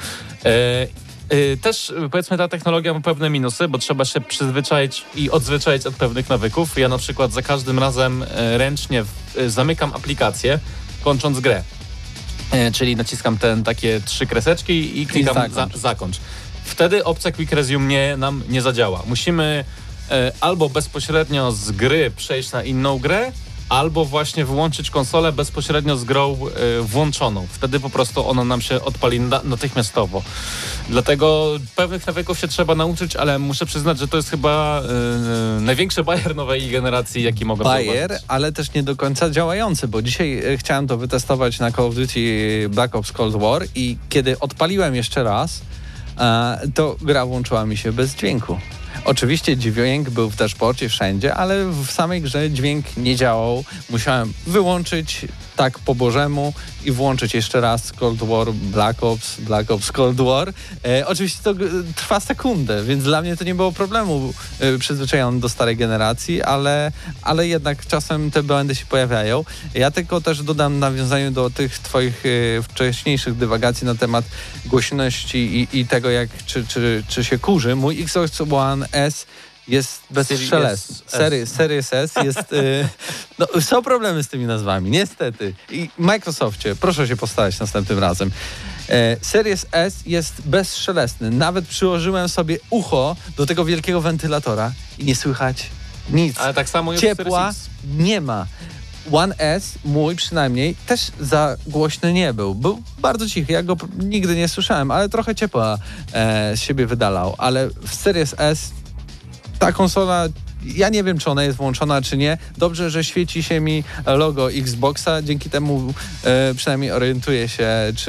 Też powiedzmy ta technologia ma pewne minusy, bo trzeba się przyzwyczaić i odzwyczaić od pewnych nawyków. Ja na przykład za każdym razem ręcznie zamykam aplikację, kończąc grę. Czyli naciskam takie 3 kreseczki i klikam zakończ. Wtedy opcja Quick Resume nam nie zadziała. Musimy albo bezpośrednio z gry przejść na inną grę, albo właśnie wyłączyć konsolę bezpośrednio z grą włączoną. Wtedy po prostu ona nam się odpali natychmiastowo. Dlatego pewnych nawyków się trzeba nauczyć, ale muszę przyznać, że to jest chyba największy bajer nowej generacji, jaki mogę Bajer, ale też nie do końca działający, bo dzisiaj chciałem to wytestować na Call of Duty Black Ops Cold War i kiedy odpaliłem jeszcze raz, to gra włączyła mi się bez dźwięku. Oczywiście dźwięk był w dashboardzie wszędzie, ale w samej grze dźwięk nie działał. Musiałem wyłączyć tak po bożemu i włączyć jeszcze raz Cold War, Black Ops Cold War. Oczywiście to trwa sekundę, więc dla mnie to nie było problemu przyzwyczajony do starej generacji, ale jednak czasem te błędy się pojawiają. Ja tylko też dodam w nawiązaniu do tych twoich wcześniejszych dywagacji na temat głośności i tego, czy się kurzy. Mój Xbox One S jest bezszelestny. Series S jest... są problemy z tymi nazwami, niestety. I Microsoftie, proszę się postarać następnym razem. Series S jest bezszelestny. Nawet przyłożyłem sobie ucho do tego wielkiego wentylatora i nie słychać nic. Ale tak samo jest ciepła nie ma. One S, mój przynajmniej, też za głośny nie był. Był bardzo cichy, ja go nigdy nie słyszałem, ale trochę ciepła z siebie wydalał. Ale w Series S ta konsola, ja nie wiem, czy ona jest włączona, czy nie. Dobrze, że świeci się mi logo Xboxa. Dzięki temu przynajmniej orientuję się,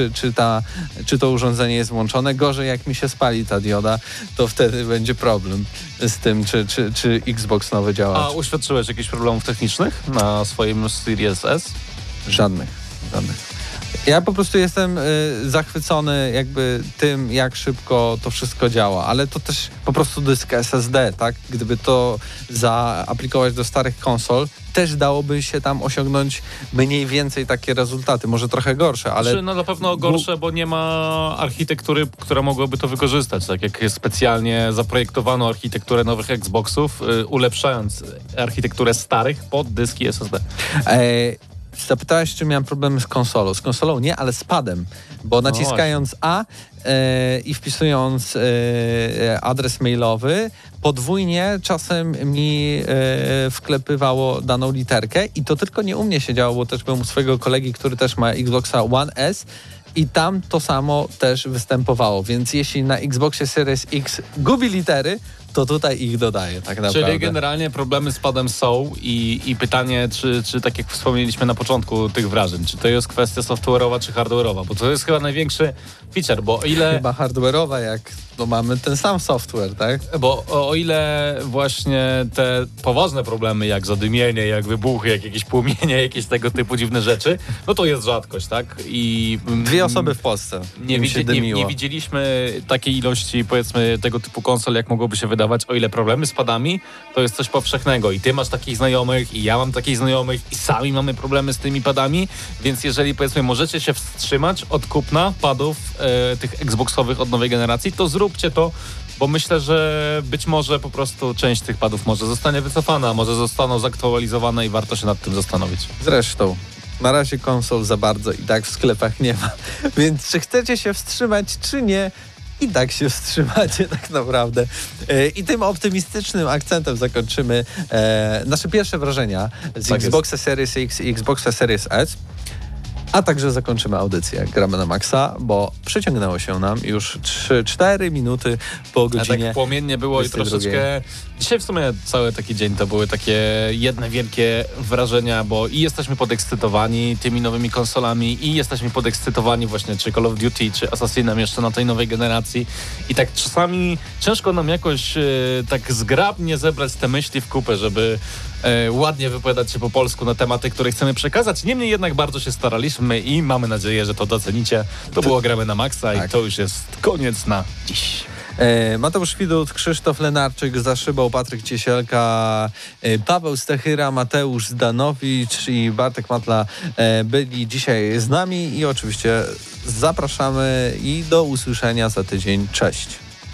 czy to urządzenie jest włączone. Gorzej, jak mi się spali ta dioda, to wtedy będzie problem z tym, czy Xbox nowy działa. A uświadczyłeś jakichś problemów technicznych na swoim Series S? Żadnych. Ja po prostu jestem zachwycony jakby tym, jak szybko to wszystko działa, ale to też po prostu dysk SSD, tak? Gdyby to zaaplikować do starych konsol, też dałoby się tam osiągnąć mniej więcej takie rezultaty, może trochę gorsze, ale... No na pewno gorsze, bo nie ma architektury, która mogłaby to wykorzystać, tak jak specjalnie zaprojektowano architekturę nowych Xboxów, ulepszając architekturę starych pod dyski SSD. Zapytałeś, czy miałem problemy z konsolą. Z konsolą nie, ale z padem, bo naciskając A i wpisując adres mailowy, podwójnie czasem mi wklepywało daną literkę i to tylko nie u mnie się działo, bo też byłem u swojego kolegi, który też ma Xboxa One S i tam to samo też występowało, więc jeśli na Xboxie Series X gubi litery, to tutaj ich dodaję tak naprawdę. Czyli generalnie problemy z padem są i pytanie, czy tak jak wspomnieliśmy na początku tych wrażeń, czy to jest kwestia software'owa czy hardware'owa, bo to jest chyba największy feature, bo o ile... Chyba hardware'owa, jak mamy ten sam software, tak? Bo o ile właśnie te poważne problemy, jak zadymienie, jak wybuchy, jak jakieś płomienie, jakieś tego typu dziwne rzeczy, no to jest rzadkość, tak? I 2 osoby w Polsce nie widzieliśmy takiej ilości, powiedzmy, tego typu konsol, jak mogłoby się wydawać, o ile problemy z padami to jest coś powszechnego i ty masz takich znajomych i ja mam takich znajomych i sami mamy problemy z tymi padami, więc jeżeli, powiedzmy, możecie się wstrzymać od kupna padów tych Xboxowych od nowej generacji, to zróbcie to, bo myślę, że być może po prostu część tych padów może zostanie wycofana, może zostaną zaktualizowane i warto się nad tym zastanowić. Zresztą na razie konsol za bardzo i tak w sklepach nie ma, więc czy chcecie się wstrzymać, czy nie, i tak się wstrzymacie tak naprawdę. I tym optymistycznym akcentem zakończymy nasze pierwsze wrażenia z Xboxa Series X i Xboxa Series S. A także zakończymy audycję Gramy na Maxa, bo przeciągnęło się nam już 4 minuty po godzinie. A tak płomiennie było 22. I troszeczkę... Dzisiaj w sumie cały taki dzień to były takie jedne wielkie wrażenia, bo i jesteśmy podekscytowani tymi nowymi konsolami i jesteśmy podekscytowani właśnie czy Call of Duty, czy Assassinem jeszcze na tej nowej generacji. I tak czasami ciężko nam jakoś tak zgrabnie zebrać te myśli w kupę, żeby ładnie wypowiadać się po polsku na tematy, które chcemy przekazać. Niemniej jednak bardzo się staraliśmy i mamy nadzieję, że to docenicie. To było Gramy na Maxa i to już jest koniec na dziś. Mateusz Widut, Krzysztof Lenarczyk za szybą, Patryk Ciesielka, Paweł Stechyra, Mateusz Zdanowicz i Bartek Matla byli dzisiaj z nami i oczywiście zapraszamy i do usłyszenia za tydzień. Cześć.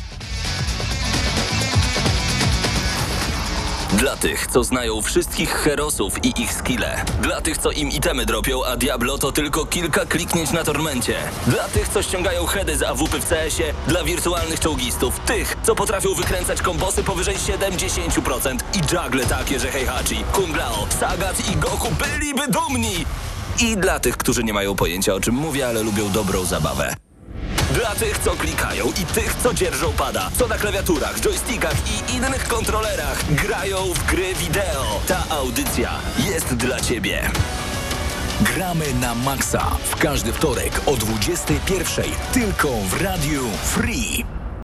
Dla tych, co znają wszystkich herosów i ich skille. Dla tych, co im itemy dropią, a Diablo to tylko kilka kliknięć na tormencie. Dla tych, co ściągają heady z AWP w CS-ie. Dla wirtualnych czołgistów. Tych, co potrafią wykręcać kombosy powyżej 70% i juggle takie, że Heihachi, Kung Lao, Sagat i Goku byliby dumni. I dla tych, którzy nie mają pojęcia, o czym mówię, ale lubią dobrą zabawę. Dla tych, co klikają i tych, co dzierżą pada, co na klawiaturach, joystickach i innych kontrolerach grają w gry wideo. Ta audycja jest dla ciebie. Gramy na maksa w każdy wtorek o 21:00 tylko w Radiu Free.